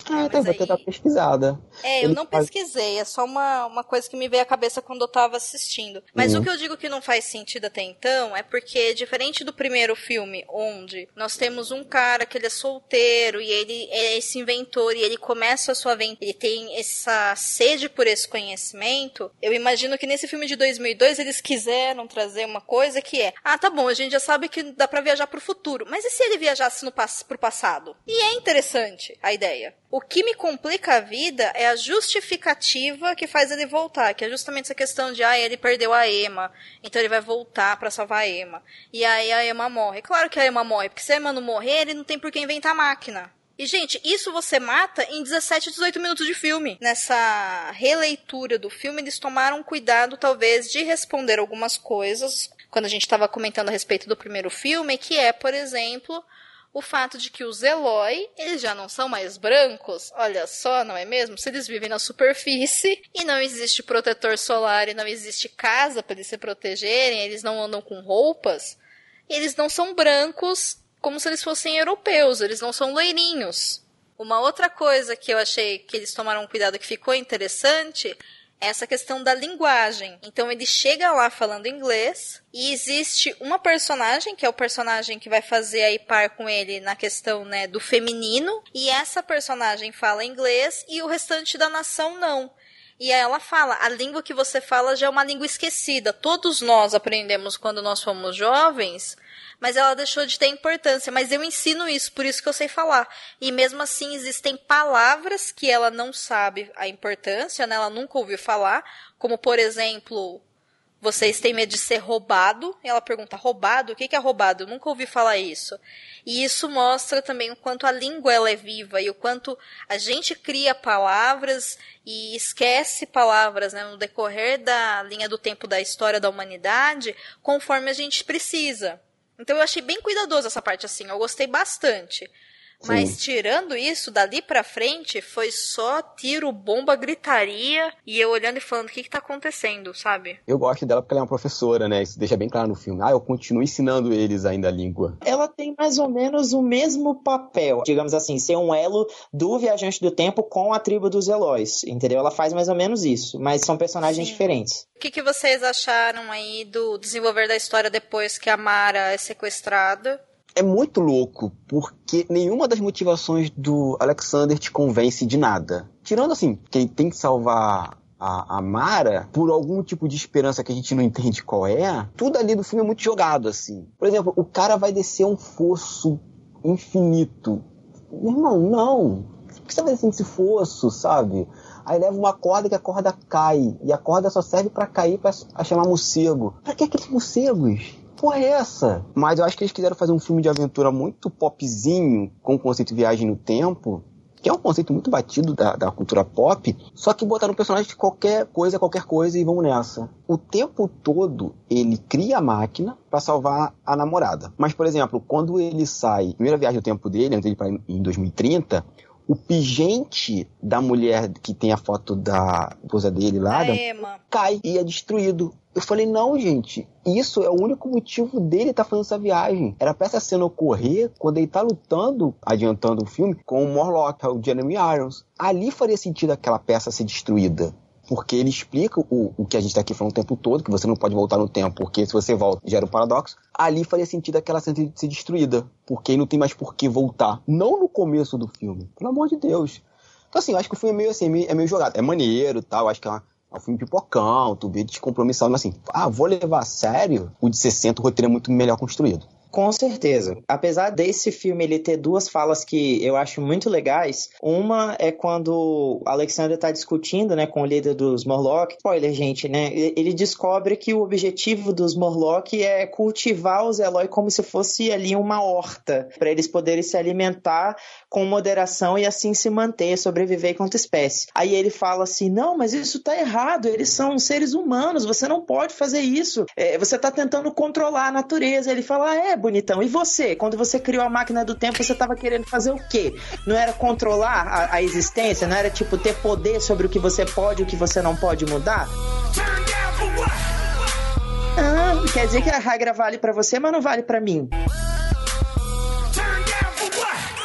Ah, tá, vou tentar pesquisada. É, eu Ele não faz... pesquisei, é só uma, uma coisa que me veio à cabeça quando eu tava assistindo. Mas uhum. o que eu digo que não faz sentido até então é porque, diferente do primeiro filme, onde nós temos um cara que ele é solteiro e ele é esse inventor e ele começa a sua aventura, ele tem essa sede por esse conhecimento, eu imagino que nesse filme de dois mil e dois eles quiseram trazer uma coisa que é, ah, tá bom, a gente já sabe que dá pra viajar pro futuro, mas e se ele viajasse no, pro passado? E é interessante a ideia. O que me complica a vida é a justificativa que faz ele voltar, que é justamente essa questão de, ah, ele perdeu a Emma, então ele vai voltar pra salvar a Emma. E aí a Emma morre. Claro que a Emma morre, porque se a Emma não morrer, ele não tem por que inventar máquina. E, gente, isso você mata em dezessete, dezoito minutos de filme. Nessa releitura do filme, eles tomaram cuidado, talvez, de responder algumas coisas, quando a gente estava comentando a respeito do primeiro filme, que é, por exemplo... o fato de que os Eloi, eles já não são mais brancos, olha só, não é mesmo? Se eles vivem na superfície e não existe protetor solar e não existe casa para eles se protegerem, eles não andam com roupas, eles não são brancos como se eles fossem europeus, eles não são loirinhos. Uma outra coisa que eu achei que eles tomaram cuidado que ficou interessante... essa questão da linguagem. Então ele chega lá falando inglês e existe uma personagem, que é o personagem que vai fazer aí par com ele na questão, né, do feminino, e essa personagem fala inglês e o restante da nação não. E aí ela fala, a língua que você fala já é uma língua esquecida. Todos nós aprendemos quando nós fomos jovens, mas ela deixou de ter importância. Mas eu ensino isso, por isso que eu sei falar. E mesmo assim existem palavras que ela não sabe a importância, né? Ela nunca ouviu falar, como por exemplo, vocês têm medo de ser roubado? E ela pergunta, roubado? O que é roubado? Eu nunca ouvi falar isso. E isso mostra também o quanto a língua ela é viva e o quanto a gente cria palavras e esquece palavras, né, no decorrer da linha do tempo da história da humanidade, conforme a gente precisa. Então eu achei bem cuidadoso essa parte assim, eu gostei bastante. Sim. Mas tirando isso, dali pra frente, foi só tiro, bomba, gritaria, e eu olhando e falando, o que que tá acontecendo, sabe? Eu gosto dela porque ela é uma professora, né? Isso deixa bem claro no filme. Ah, eu continuo ensinando eles ainda a língua. Ela tem mais ou menos o mesmo papel, digamos assim, ser um elo do Viajante do Tempo com a tribo dos Elois, entendeu? Ela faz mais ou menos isso, mas são personagens Sim. diferentes. O que que vocês acharam aí do desenvolver da história depois que a Mara é sequestrada? É muito louco, porque nenhuma das motivações do Alexander te convence de nada. Tirando, assim, que ele tem que salvar a, a Mara por algum tipo de esperança que a gente não entende qual é, tudo ali do filme é muito jogado, assim. Por exemplo, o cara vai descer um fosso infinito. Irmão, não. Por que você vai descer esse fosso, sabe? Aí leva uma corda que a corda cai. E a corda só serve pra cair pra chamar morcego. Pra que aqueles morcegos? Porra é essa? Mas eu acho que eles quiseram fazer um filme de aventura muito popzinho, com o conceito de viagem no tempo, que é um conceito muito batido da, da cultura pop, só que botaram um personagem de qualquer coisa, qualquer coisa e vamos nessa. O tempo todo ele cria a máquina pra salvar a namorada. Mas, por exemplo, quando ele sai, primeira viagem do tempo dele, antes de ir pra, em dois mil e trinta, o pingente da mulher que tem a foto da esposa dele lá, da, cai e é destruído. Eu falei, não, gente, isso é o único motivo dele estar tá fazendo essa viagem. Era pra essa cena ocorrer quando ele tá lutando, adiantando o filme, com o Morlock, o Jeremy Irons. Ali faria sentido aquela peça ser destruída. Porque ele explica o, o que a gente tá aqui falando o tempo todo, que você não pode voltar no tempo, porque se você volta, gera um paradoxo. Ali faria sentido aquela cena ser destruída, porque não tem mais por que voltar. Não no começo do filme, pelo amor de Deus. Então assim, eu acho que o filme é meio assim, é meio, é meio jogado. É maneiro e tal, acho que é uma... É um filme pipocão, tu vê descompromissado, mas assim, ah, vou levar a sério? O de sessenta, o roteiro é muito melhor construído. Com certeza. Apesar desse filme ele ter duas falas que eu acho muito legais, uma é quando o Alexander tá discutindo, né, com o líder dos Morlock. Spoiler, gente, né? Ele descobre que o objetivo dos Morlock é cultivar os Eloi como se fosse ali uma horta, para eles poderem se alimentar com moderação e assim se manter, sobreviver enquanto espécie. Aí ele fala assim, não, mas isso tá errado, eles são seres humanos, você não pode fazer isso, é, você tá tentando controlar a natureza. Ele fala, ah, é, bonitão, e você? Quando você criou a máquina do tempo, você tava querendo fazer o quê? Não era controlar a, a existência? Não era, tipo, ter poder sobre o que você pode e o que você não pode mudar? Ah, quer dizer que a regra vale pra você, mas não vale pra mim.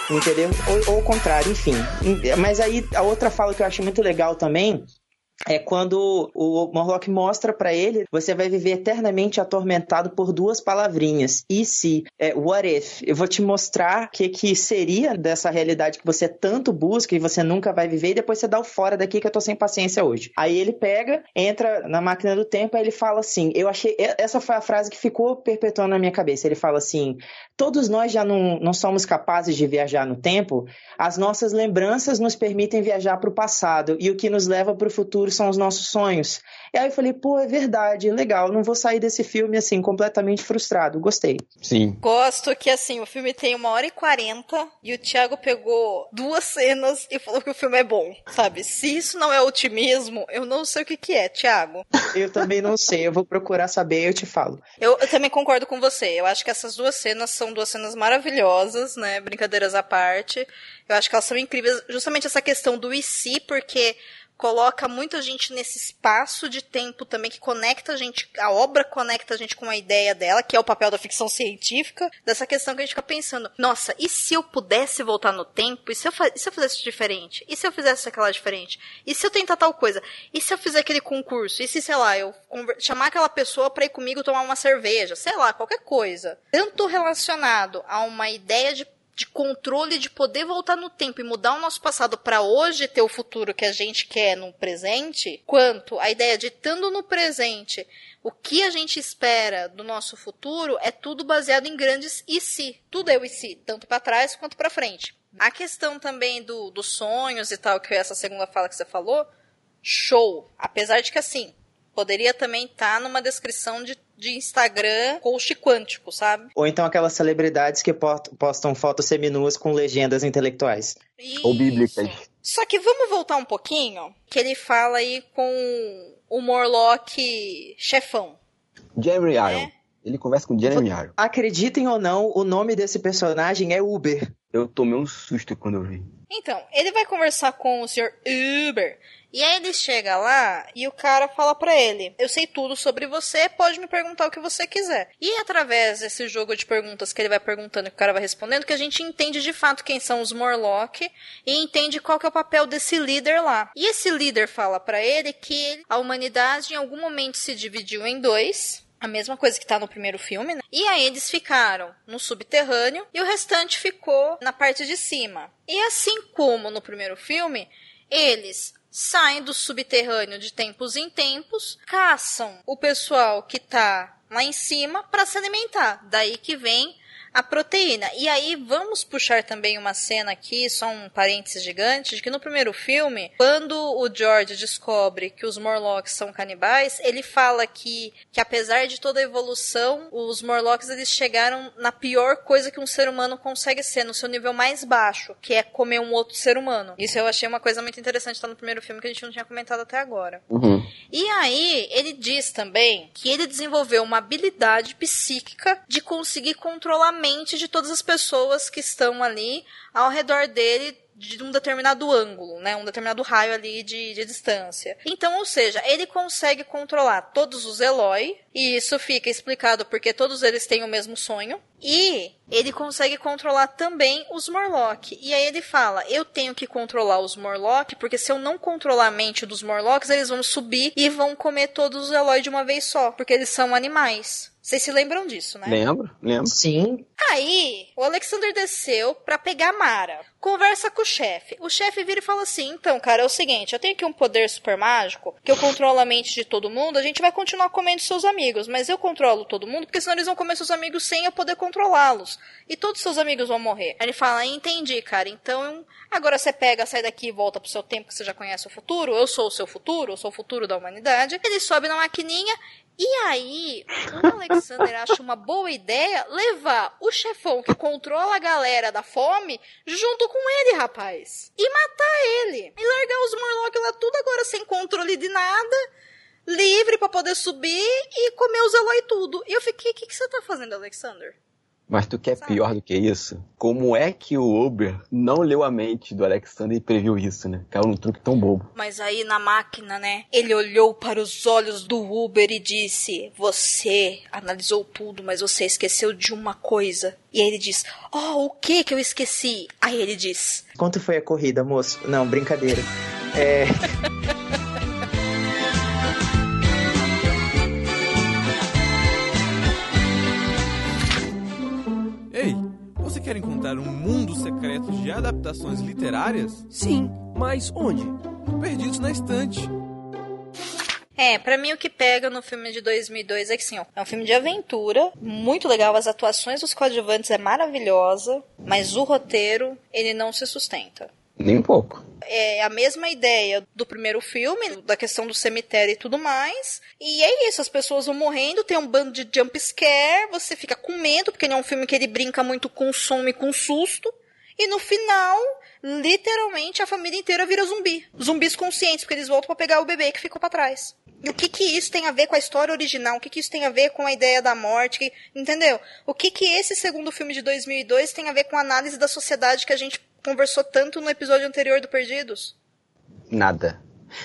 entendeu? Ou, ou o contrário, enfim. Mas aí, a outra fala que eu acho muito legal também é quando o Morlock mostra pra ele, você vai viver eternamente atormentado por duas palavrinhas. E se? É, what if? Eu vou te mostrar o que, que seria dessa realidade que você tanto busca e você nunca vai viver, e depois você dá o fora daqui que eu tô sem paciência hoje. Aí ele pega, entra na máquina do tempo, aí ele fala assim, eu achei, essa foi a frase que ficou perpetuando na minha cabeça. Ele fala assim, todos nós já não, não somos capazes de viajar no tempo, as nossas lembranças nos permitem viajar pro passado, e o que nos leva pro futuro são os nossos sonhos. E aí eu falei, pô, é verdade, legal, não vou sair desse filme assim, completamente frustrado, gostei. Sim. Gosto que assim, o filme tem uma hora e quarenta e o Thiago pegou duas cenas e falou que o filme é bom, sabe? Se isso não é otimismo, eu não sei o que que é, Thiago. Eu também não sei, eu vou procurar saber e eu te falo. Eu, eu também concordo com você, eu acho que essas duas cenas são duas cenas maravilhosas, né, brincadeiras à parte. Eu acho que elas são incríveis, justamente essa questão do e se, porque coloca muita gente nesse espaço de tempo também que conecta a gente, a obra conecta a gente com a ideia dela, que é o papel da ficção científica, dessa questão que a gente fica pensando, nossa, e se eu pudesse voltar no tempo? E se eu, e se eu fizesse diferente? E se eu fizesse aquela diferente? E se eu tentar tal coisa? E se eu fizer aquele concurso? E se, sei lá, eu conver- chamar aquela pessoa pra ir comigo tomar uma cerveja? Sei lá, qualquer coisa. Tanto relacionado a uma ideia de de controle, de poder voltar no tempo e mudar o nosso passado para hoje ter o futuro que a gente quer no presente, quanto a ideia de, estando no presente, o que a gente espera do nosso futuro é tudo baseado em grandes e se. Tudo é o e se, tanto para trás quanto para frente. A questão também do, dos sonhos e tal, que é essa segunda fala que você falou, show. Apesar de que, assim, poderia também estar tá numa descrição de de Instagram, coach quântico, sabe? Ou então aquelas celebridades que postam fotos seminuas com legendas intelectuais. Isso. Ou bíblicas. Só que vamos voltar um pouquinho, que ele fala aí com o Morlock chefão. Jeremy Iron. É? Ele conversa com Jeremy Iron. Acreditem ou não, o nome desse personagem é Uber. Eu tomei um susto quando eu vi. Então, ele vai conversar com o senhor Uber. E aí ele chega lá e o cara fala pra ele, eu sei tudo sobre você, pode me perguntar o que você quiser. E é através desse jogo de perguntas que ele vai perguntando e que o cara vai respondendo, que a gente entende de fato quem são os Morlock e entende qual que é o papel desse líder lá. E esse líder fala pra ele que a humanidade em algum momento se dividiu em dois, a mesma coisa que tá no primeiro filme, né? E aí eles ficaram no subterrâneo e o restante ficou na parte de cima. E assim como no primeiro filme, eles saem do subterrâneo de tempos em tempos, caçam o pessoal que tá lá em cima para se alimentar. Daí que vem a proteína. E aí vamos puxar também uma cena aqui, só um parênteses gigante, de que no primeiro filme, quando o George descobre que os Morlocks são canibais, ele fala que, que apesar de toda a evolução, os Morlocks eles chegaram na pior coisa que um ser humano consegue ser, no seu nível mais baixo, que é comer um outro ser humano. Isso eu achei uma coisa muito interessante, tá no primeiro filme que a gente não tinha comentado até agora. Uhum. E aí, ele diz também que ele desenvolveu uma habilidade psíquica de conseguir controlar a mente de todas as pessoas que estão ali ao redor dele de um determinado ângulo, né? Um determinado raio ali de, de distância. Então, ou seja, ele consegue controlar todos os Eloi, e isso fica explicado porque todos eles têm o mesmo sonho, e ele consegue controlar também os Morlock. E aí ele fala, eu tenho que controlar os Morlock, porque se eu não controlar a mente dos Morlocks, eles vão subir e vão comer todos os Eloi de uma vez só, porque eles são animais. Vocês se lembram disso, né? Lembro, lembro. Sim. Aí, o Alexander desceu pra pegar a Mara. Conversa com o chefe. O chefe vira e fala assim, então, cara, é o seguinte, eu tenho aqui um poder super mágico, que eu controlo a mente de todo mundo, a gente vai continuar comendo seus amigos, mas eu controlo todo mundo, porque senão eles vão comer seus amigos sem eu poder controlá-los. E todos seus amigos vão morrer. Aí ele fala, entendi, cara, então, agora você pega, sai daqui e volta pro seu tempo, que você já conhece o futuro, eu sou o seu futuro, eu sou o futuro da humanidade. Ele sobe na maquininha. E aí, o Alexander acha uma boa ideia levar o chefão que controla a galera da fome junto com ele, rapaz. E matar ele. E largar os Morlock lá tudo agora sem controle de nada, livre pra poder subir e comer os Eloi tudo. E eu fiquei, o que, que você tá fazendo, Alexander? Mas tu quer pior do que isso? Como é que o Uber não leu a mente do Alexander e previu isso, né? Caiu num truque tão bobo. Mas aí na máquina, né? Ele olhou para os olhos do Uber e disse: você analisou tudo, mas você esqueceu de uma coisa. E aí ele diz: oh, o que que eu esqueci? Aí ele diz: quanto foi a corrida, moço? Não, brincadeira. É... Ei, você quer encontrar um mundo secreto de adaptações literárias? Sim, mas onde? Perdidos na estante. É, pra mim o que pega no filme de dois mil e dois é que sim, ó, é um filme de aventura, muito legal, as atuações dos coadjuvantes é maravilhosa, mas o roteiro, ele não se sustenta. Nem um pouco. É a mesma ideia do primeiro filme, da questão do cemitério e tudo mais. E é isso, as pessoas vão morrendo, tem um bando de jump scare, você fica com medo, porque ele é um filme que ele brinca muito com som e com susto. E no final, literalmente, a família inteira vira zumbi. Zumbis conscientes, porque eles voltam pra pegar o bebê que ficou pra trás. E o que que isso tem a ver com a história original? O que que isso tem a ver com a ideia da morte? Que, entendeu? O que que esse segundo filme de dois mil e dois tem a ver com a análise da sociedade que a gente conversou tanto no episódio anterior do Perdidos? Nada.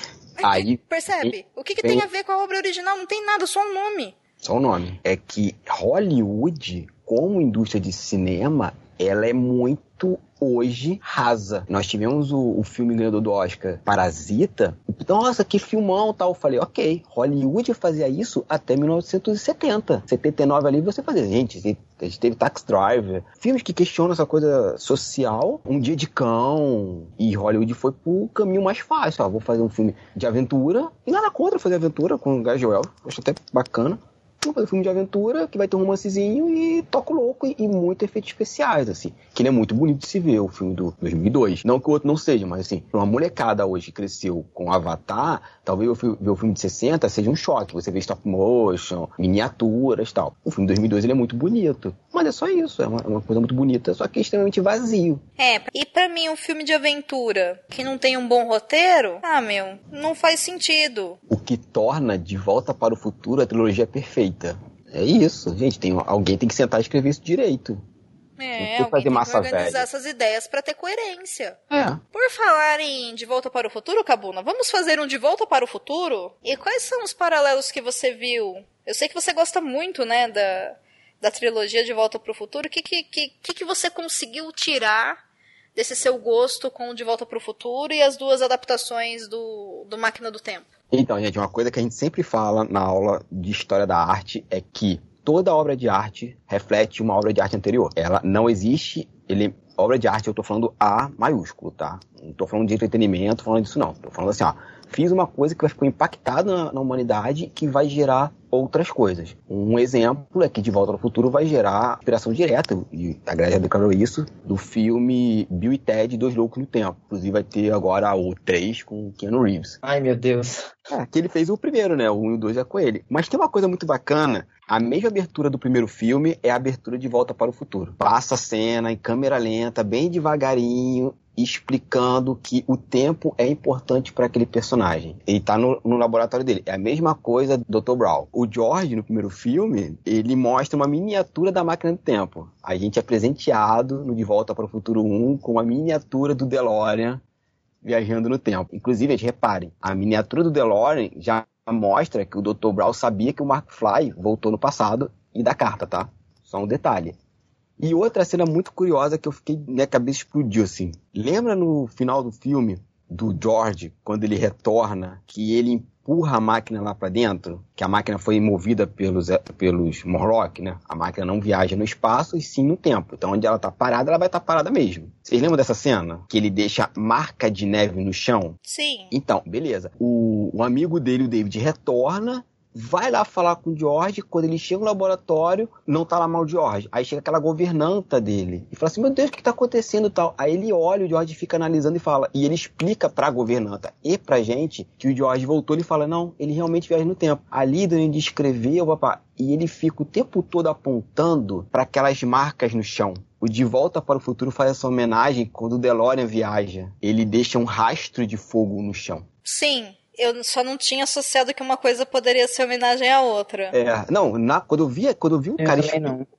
Aí, Aí percebe? O que que vem... tem a ver com a obra original? Não tem nada, só um nome. Só o nome. É que Hollywood, como indústria de cinema, ela é muito, hoje, rasa. Nós tivemos o, o filme ganhador do Oscar, Parasita. Nossa, que filmão, tal. Eu falei, ok, Hollywood fazia isso até mil novecentos e setenta. setenta e nove ali você fazia. Gente, a gente teve Taxi Driver. Filmes que questionam essa coisa social. Um Dia de Cão. E Hollywood foi pro caminho mais fácil. Ó, vou fazer um filme de aventura. E nada contra fazer aventura com o Guy Joel. Acho até bacana. Vou fazer um filme de aventura que vai ter um romancezinho e toco louco e, e muito efeitos especiais, assim. Que ele é muito bonito de se ver, o filme do dois mil e dois. Não que o outro não seja, mas assim, uma molecada hoje que cresceu com Avatar, talvez ver o filme de sessenta seja um choque. Você vê stop motion, miniaturas e tal. O filme de dois mil e dois ele é muito bonito. Mas é só isso, é uma, uma coisa muito bonita, só que é extremamente vazio. É, e pra mim um filme de aventura que não tem um bom roteiro, ah, meu, não faz sentido. O que torna De Volta para o Futuro a trilogia perfeita. É isso, gente, tem, alguém tem que sentar e escrever isso direito. É, tem alguém tem massa que organizar velha. essas ideias pra ter coerência. É. Por falar em De Volta para o Futuro, Cabuna, vamos fazer um De Volta para o Futuro? E quais são os paralelos que você viu? Eu sei que você gosta muito, né, da, da trilogia De Volta para o Futuro. O que, que, que, que você conseguiu tirar desse seu gosto com De Volta para o Futuro e as duas adaptações do, do Máquina do Tempo? Então, gente, uma coisa que a gente sempre fala na aula de História da Arte é que toda obra de arte reflete uma obra de arte anterior. Ela não existe, ele, obra de arte eu tô falando A maiúsculo, tá? Não tô falando de entretenimento, tô falando disso não. Tô falando assim, ó, fiz uma coisa que vai ficar impactada na, na humanidade que vai gerar outras coisas. Um exemplo é que De Volta ao Futuro vai gerar inspiração direta, e a Greta já declarou isso, do filme Bill e Ted, Dois Loucos no Tempo. Inclusive vai ter agora o três com Keanu Reeves. Ai, meu Deus. É, que ele fez o primeiro, né? O um e o dois é com ele. Mas tem uma coisa muito bacana, a mesma abertura do primeiro filme é a abertura de Volta para o Futuro. Passa a cena em câmera lenta, bem devagarinho, explicando que o tempo é importante para aquele personagem. Ele tá no, no laboratório dele. É a mesma coisa do doutor Brown. O George, no primeiro filme, ele mostra uma miniatura da máquina do tempo. A gente é presenteado no De Volta para o Futuro um com uma miniatura do DeLorean viajando no tempo. Inclusive, gente, reparem, a miniatura do DeLorean já mostra que o doutor Brown sabia que o McFly voltou no passado e da carta, tá? Só um detalhe. E outra cena muito curiosa que eu fiquei, minha cabeça explodiu, assim. Lembra no final do filme, do George, quando ele retorna, que ele empurra a máquina lá pra dentro? Que a máquina foi movida pelos, pelos Morlock, né? A máquina não viaja no espaço e sim no tempo. Então, onde ela tá parada, ela vai estar tá parada mesmo. Vocês lembram dessa cena? Que ele deixa marca de neve no chão? Sim. Então, beleza. O, o amigo dele, o David, retorna, vai lá falar com o George, quando ele chega no laboratório, não tá lá mal o George. Aí chega aquela governanta dele e fala assim, meu Deus, o que tá acontecendo e tal? Aí ele olha, o George fica analisando e fala, e ele explica pra governanta e pra gente que o George voltou e fala, não, ele realmente viaja no tempo. Ali, ele descreveu, papá, e ele fica o tempo todo apontando para aquelas marcas no chão. O De Volta para o Futuro faz essa homenagem quando o DeLorean viaja. Ele deixa um rastro de fogo no chão. Sim. Eu só não tinha associado que uma coisa poderia ser homenagem à outra. É, não, na, quando eu vi, quando eu vi o eu cara também não.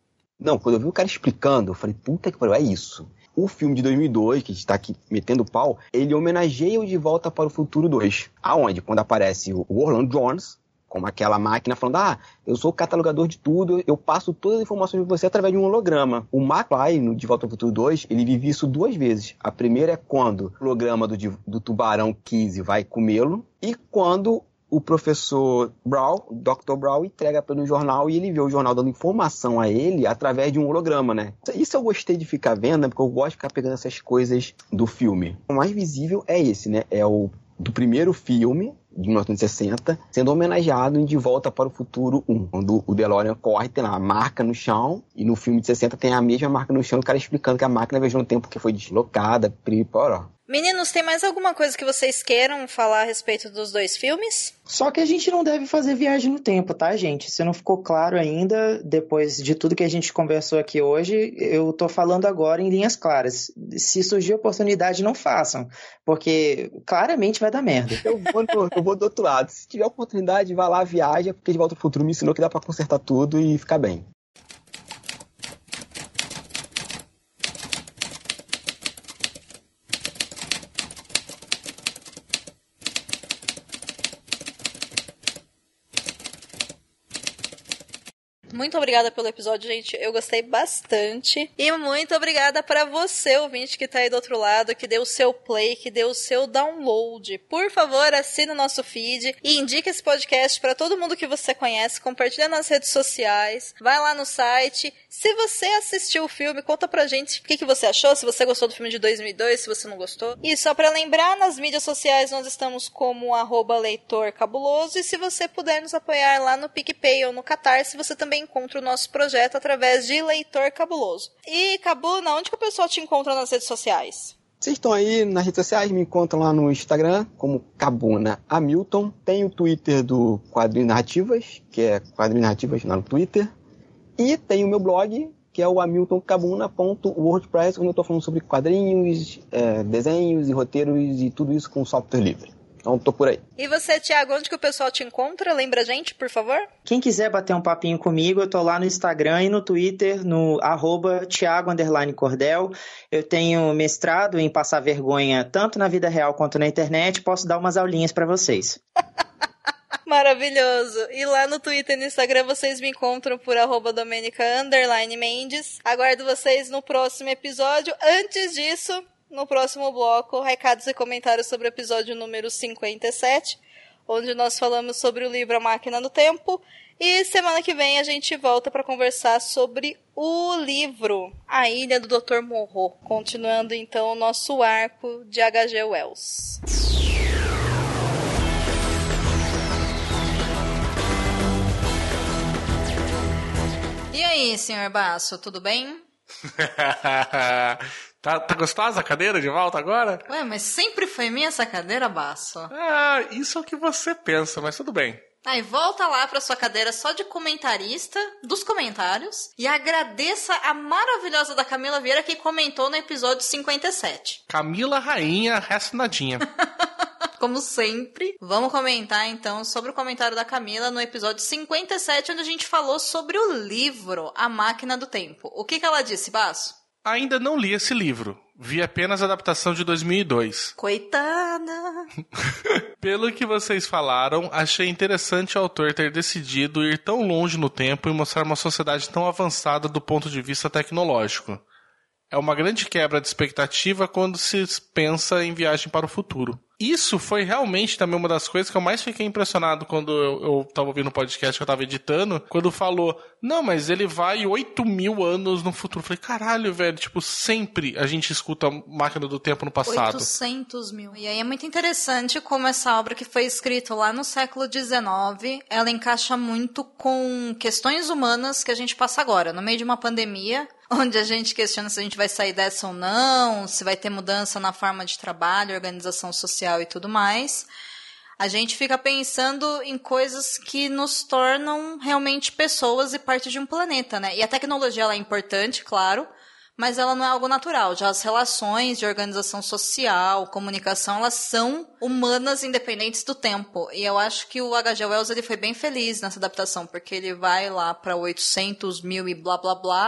Não, quando eu vi o cara explicando, eu falei, puta que pariu, é isso. O filme de dois mil e dois, que a gente tá aqui metendo pau, ele homenageia o De Volta para o Futuro dois. Aonde? Quando aparece o Orlando Jones, como aquela máquina falando, ah, eu sou o catalogador de tudo, eu passo todas as informações de você através de um holograma. O McFly, no De Volta ao Futuro dois, ele vive isso duas vezes. A primeira é quando o holograma do, do tubarão Kizzy vai comê-lo, e quando o professor Brown, o doutor Brown, entrega para ele um jornal e ele vê o jornal dando informação a ele através de um holograma, né? Isso eu gostei de ficar vendo, né? Porque eu gosto de ficar pegando essas coisas do filme. O mais visível é esse, né? É o do primeiro filme, de mil novecentos e sessenta, sendo homenageado em De Volta para o Futuro um. Quando o DeLorean corre, tem lá a marca no chão, e no filme de sessenta tem a mesma marca no chão, o cara explicando que a máquina viajou no tempo que foi deslocada, piripó. Meninos, tem mais alguma coisa que vocês queiram falar a respeito dos dois filmes? Só que a gente não deve fazer viagem no tempo, tá, gente? Se não ficou claro ainda, depois de tudo que a gente conversou aqui hoje, eu tô falando agora em linhas claras. Se surgir oportunidade, não façam, porque claramente vai dar merda. Eu vou, no, eu vou do outro lado. Se tiver oportunidade, vá lá, viaja, porque De Volta ao Futuro me ensinou que dá pra consertar tudo e ficar bem. Muito obrigada pelo episódio, gente. Eu gostei bastante. E muito obrigada para você, ouvinte, que tá aí do outro lado, que deu o seu play, que deu o seu download. Por favor, assine o nosso feed e indique esse podcast para todo mundo que você conhece. Compartilha nas redes sociais. Vai lá no site. Se você assistiu o filme, conta pra gente o que, que você achou, se você gostou do filme de dois mil e dois, se você não gostou. E só pra lembrar, nas mídias sociais nós estamos como arroba leitor cabuloso. E se você puder nos apoiar lá no PicPay ou no Catarse, você também encontra o nosso projeto através de Leitor Cabuloso. E, Cabuna, onde que o pessoal te encontra nas redes sociais? Vocês estão aí nas redes sociais, me encontram lá no Instagram como Cabuna Hamilton. Tem o Twitter do Quadrinhos Narrativas, que é Quadrinhos Narrativas lá no Twitter. E tem o meu blog, que é o hamilton cabuna ponto wordpress, onde eu estou falando sobre quadrinhos, é, desenhos e roteiros e tudo isso com software livre. Então, tô por aí. E você, Thiago, onde que o pessoal te encontra? Lembra a gente, por favor? Quem quiser bater um papinho comigo, eu tô lá no Instagram e no Twitter, no arroba Thiago underline Cordel. Eu tenho mestrado em passar vergonha tanto na vida real quanto na internet. Posso dar umas aulinhas pra vocês. Maravilhoso. E lá no Twitter e no Instagram vocês me encontram por arroba Domenica underline Mendes. Aguardo vocês no próximo episódio. Antes disso, no próximo bloco, recados e comentários sobre o episódio número cinquenta e sete, onde nós falamos sobre o livro A Máquina do Tempo. E semana que vem a gente volta para conversar sobre o livro A Ilha do doutor Morro. Continuando então o nosso arco de H G Wells. E aí, senhor Basso, tudo bem? tá, tá gostosa a cadeira de volta agora? Ué, mas sempre foi minha essa cadeira, Basso? Ah, isso é o que você pensa, mas tudo bem. Aí volta lá pra sua cadeira só de comentarista dos comentários e agradeça a maravilhosa da Camila Vieira que comentou no episódio cinquenta e sete. Camila Rainha, resto nadinha. Como sempre, vamos comentar então sobre o comentário da Camila no episódio cinquenta e sete, onde a gente falou sobre o livro A Máquina do Tempo. O que, que ela disse, Basso? Ainda não li esse livro. Vi apenas a adaptação de dois mil e dois. Coitada! Pelo que vocês falaram, achei interessante o autor ter decidido ir tão longe no tempo e mostrar uma sociedade tão avançada do ponto de vista tecnológico. É uma grande quebra de expectativa quando se pensa em viagem para o futuro. Isso foi realmente também uma das coisas que eu mais fiquei impressionado quando eu, eu tava ouvindo o podcast que eu tava editando, quando falou, não, mas ele vai oito mil anos no futuro. Eu falei, caralho, velho, tipo, sempre a gente escuta a Máquina do Tempo no passado. oitocentos mil. E aí é muito interessante como essa obra que foi escrita lá no século dezenove, ela encaixa muito com questões humanas que a gente passa agora, no meio de uma pandemia, onde a gente questiona se a gente vai sair dessa ou não, se vai ter mudança na forma de trabalho, organização social e tudo mais. A gente fica pensando em coisas que nos tornam realmente pessoas e parte de um planeta, né? E a tecnologia ela é importante, claro, mas ela não é algo natural. Já as relações de organização social, comunicação, elas são humanas independentes do tempo. E eu acho que o H G Wells ele foi bem feliz nessa adaptação, porque ele vai lá para oitocentos mil e blá blá blá,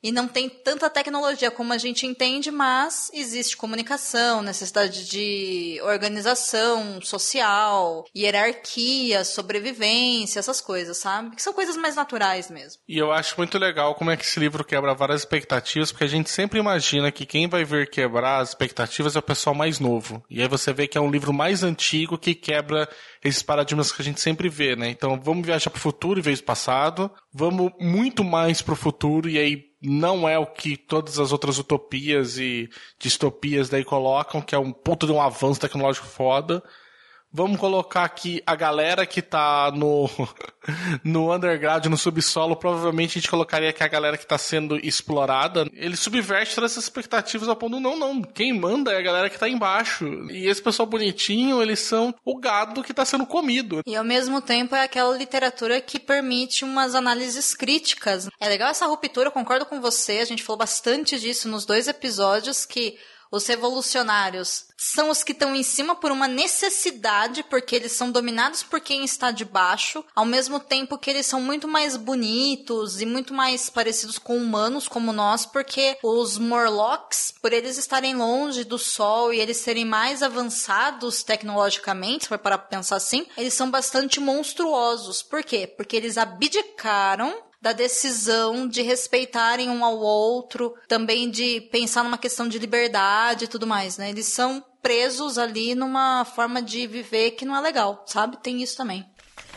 e não tem tanta tecnologia como a gente entende, mas existe comunicação, necessidade de organização social, hierarquia, sobrevivência, essas coisas, sabe? Que são coisas mais naturais mesmo. E eu acho muito legal como é que esse livro quebra várias expectativas, porque a gente sempre imagina que quem vai ver quebrar as expectativas é o pessoal mais novo. E aí você vê que é um livro mais antigo que quebra esses paradigmas que a gente sempre vê, né? Então vamos viajar pro futuro em vez do passado, vamos muito mais pro futuro, e aí não é o que todas as outras utopias e distopias daí colocam, que é um puto de um avanço tecnológico foda. Vamos colocar aqui a galera que tá no, no underground, no subsolo. Provavelmente a gente colocaria aqui a galera que tá sendo explorada. Ele subverte todas essas expectativas ao ponto, não, não, quem manda é a galera que tá embaixo. E esse pessoal bonitinho, eles são o gado que tá sendo comido. E ao mesmo tempo é aquela literatura que permite umas análises críticas. É legal essa ruptura, eu concordo com você, a gente falou bastante disso nos dois episódios, que os revolucionários são os que estão em cima por uma necessidade, porque eles são dominados por quem está de baixo, ao mesmo tempo que eles são muito mais bonitos e muito mais parecidos com humanos como nós, porque os Morlocks, por eles estarem longe do Sol e eles serem mais avançados tecnologicamente, se for parar pra pensar assim, eles são bastante monstruosos. Por quê? Porque eles abdicaram da decisão de respeitarem um ao outro, também de pensar numa questão de liberdade e tudo mais, né? Eles são presos ali numa forma de viver que não é legal, sabe? Tem isso também.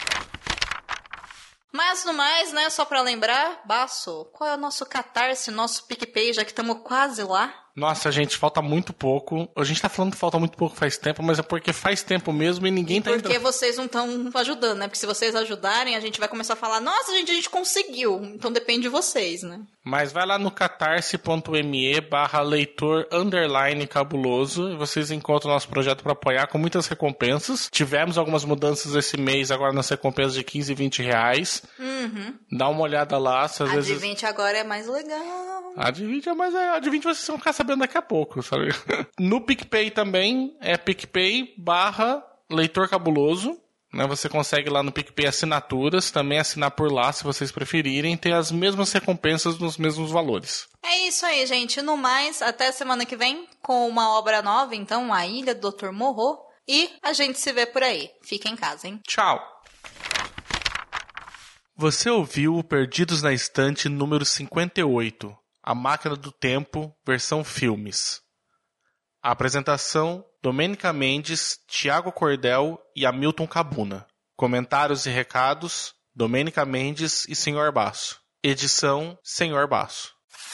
Mas no mais, né, só pra lembrar, Basso, qual é o nosso Catarse, nosso PicPay, já que estamos quase lá? Nossa, gente, falta muito pouco. A gente tá falando que falta muito pouco faz tempo, mas é porque faz tempo mesmo e ninguém e tá... porque vocês não estão ajudando, né? Porque se vocês ajudarem, a gente vai começar a falar, nossa, gente, a gente conseguiu. Então depende de vocês, né? Mas vai lá no catarse.me barra leitor underline cabuloso e vocês encontram o nosso projeto para apoiar com muitas recompensas. Tivemos algumas mudanças esse mês agora nas recompensas de quinze e vinte reais. Uhum. Dá uma olhada lá. Se às a vezes... de vinte agora é mais legal. A de vinte é mais... A de vinte vocês vão ficar sabendo daqui a pouco, sabe? No PicPay também é PicPay barra leitor cabuloso. Né, você consegue lá no PicPay assinaturas, também assinar por lá se vocês preferirem, ter as mesmas recompensas nos mesmos valores. É isso aí, gente. No mais, até semana que vem com uma obra nova, então, A Ilha do doutor Morro. E a gente se vê por aí. Fica em casa, hein? Tchau! Você ouviu o Perdidos na Estante número cinquenta e oito, A Máquina do Tempo, versão filmes. A apresentação: Domênica Mendes, Tiago Cordel e Hamilton Cabuna. Comentários e recados: Domênica Mendes e Senhor Basso. Edição: Senhor Basso.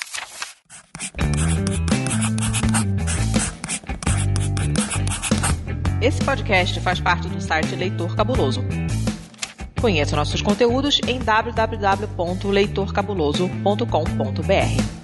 Esse podcast faz parte do site Leitor Cabuloso. Conheça nossos conteúdos em w w w ponto leitor cabuloso ponto com ponto b r.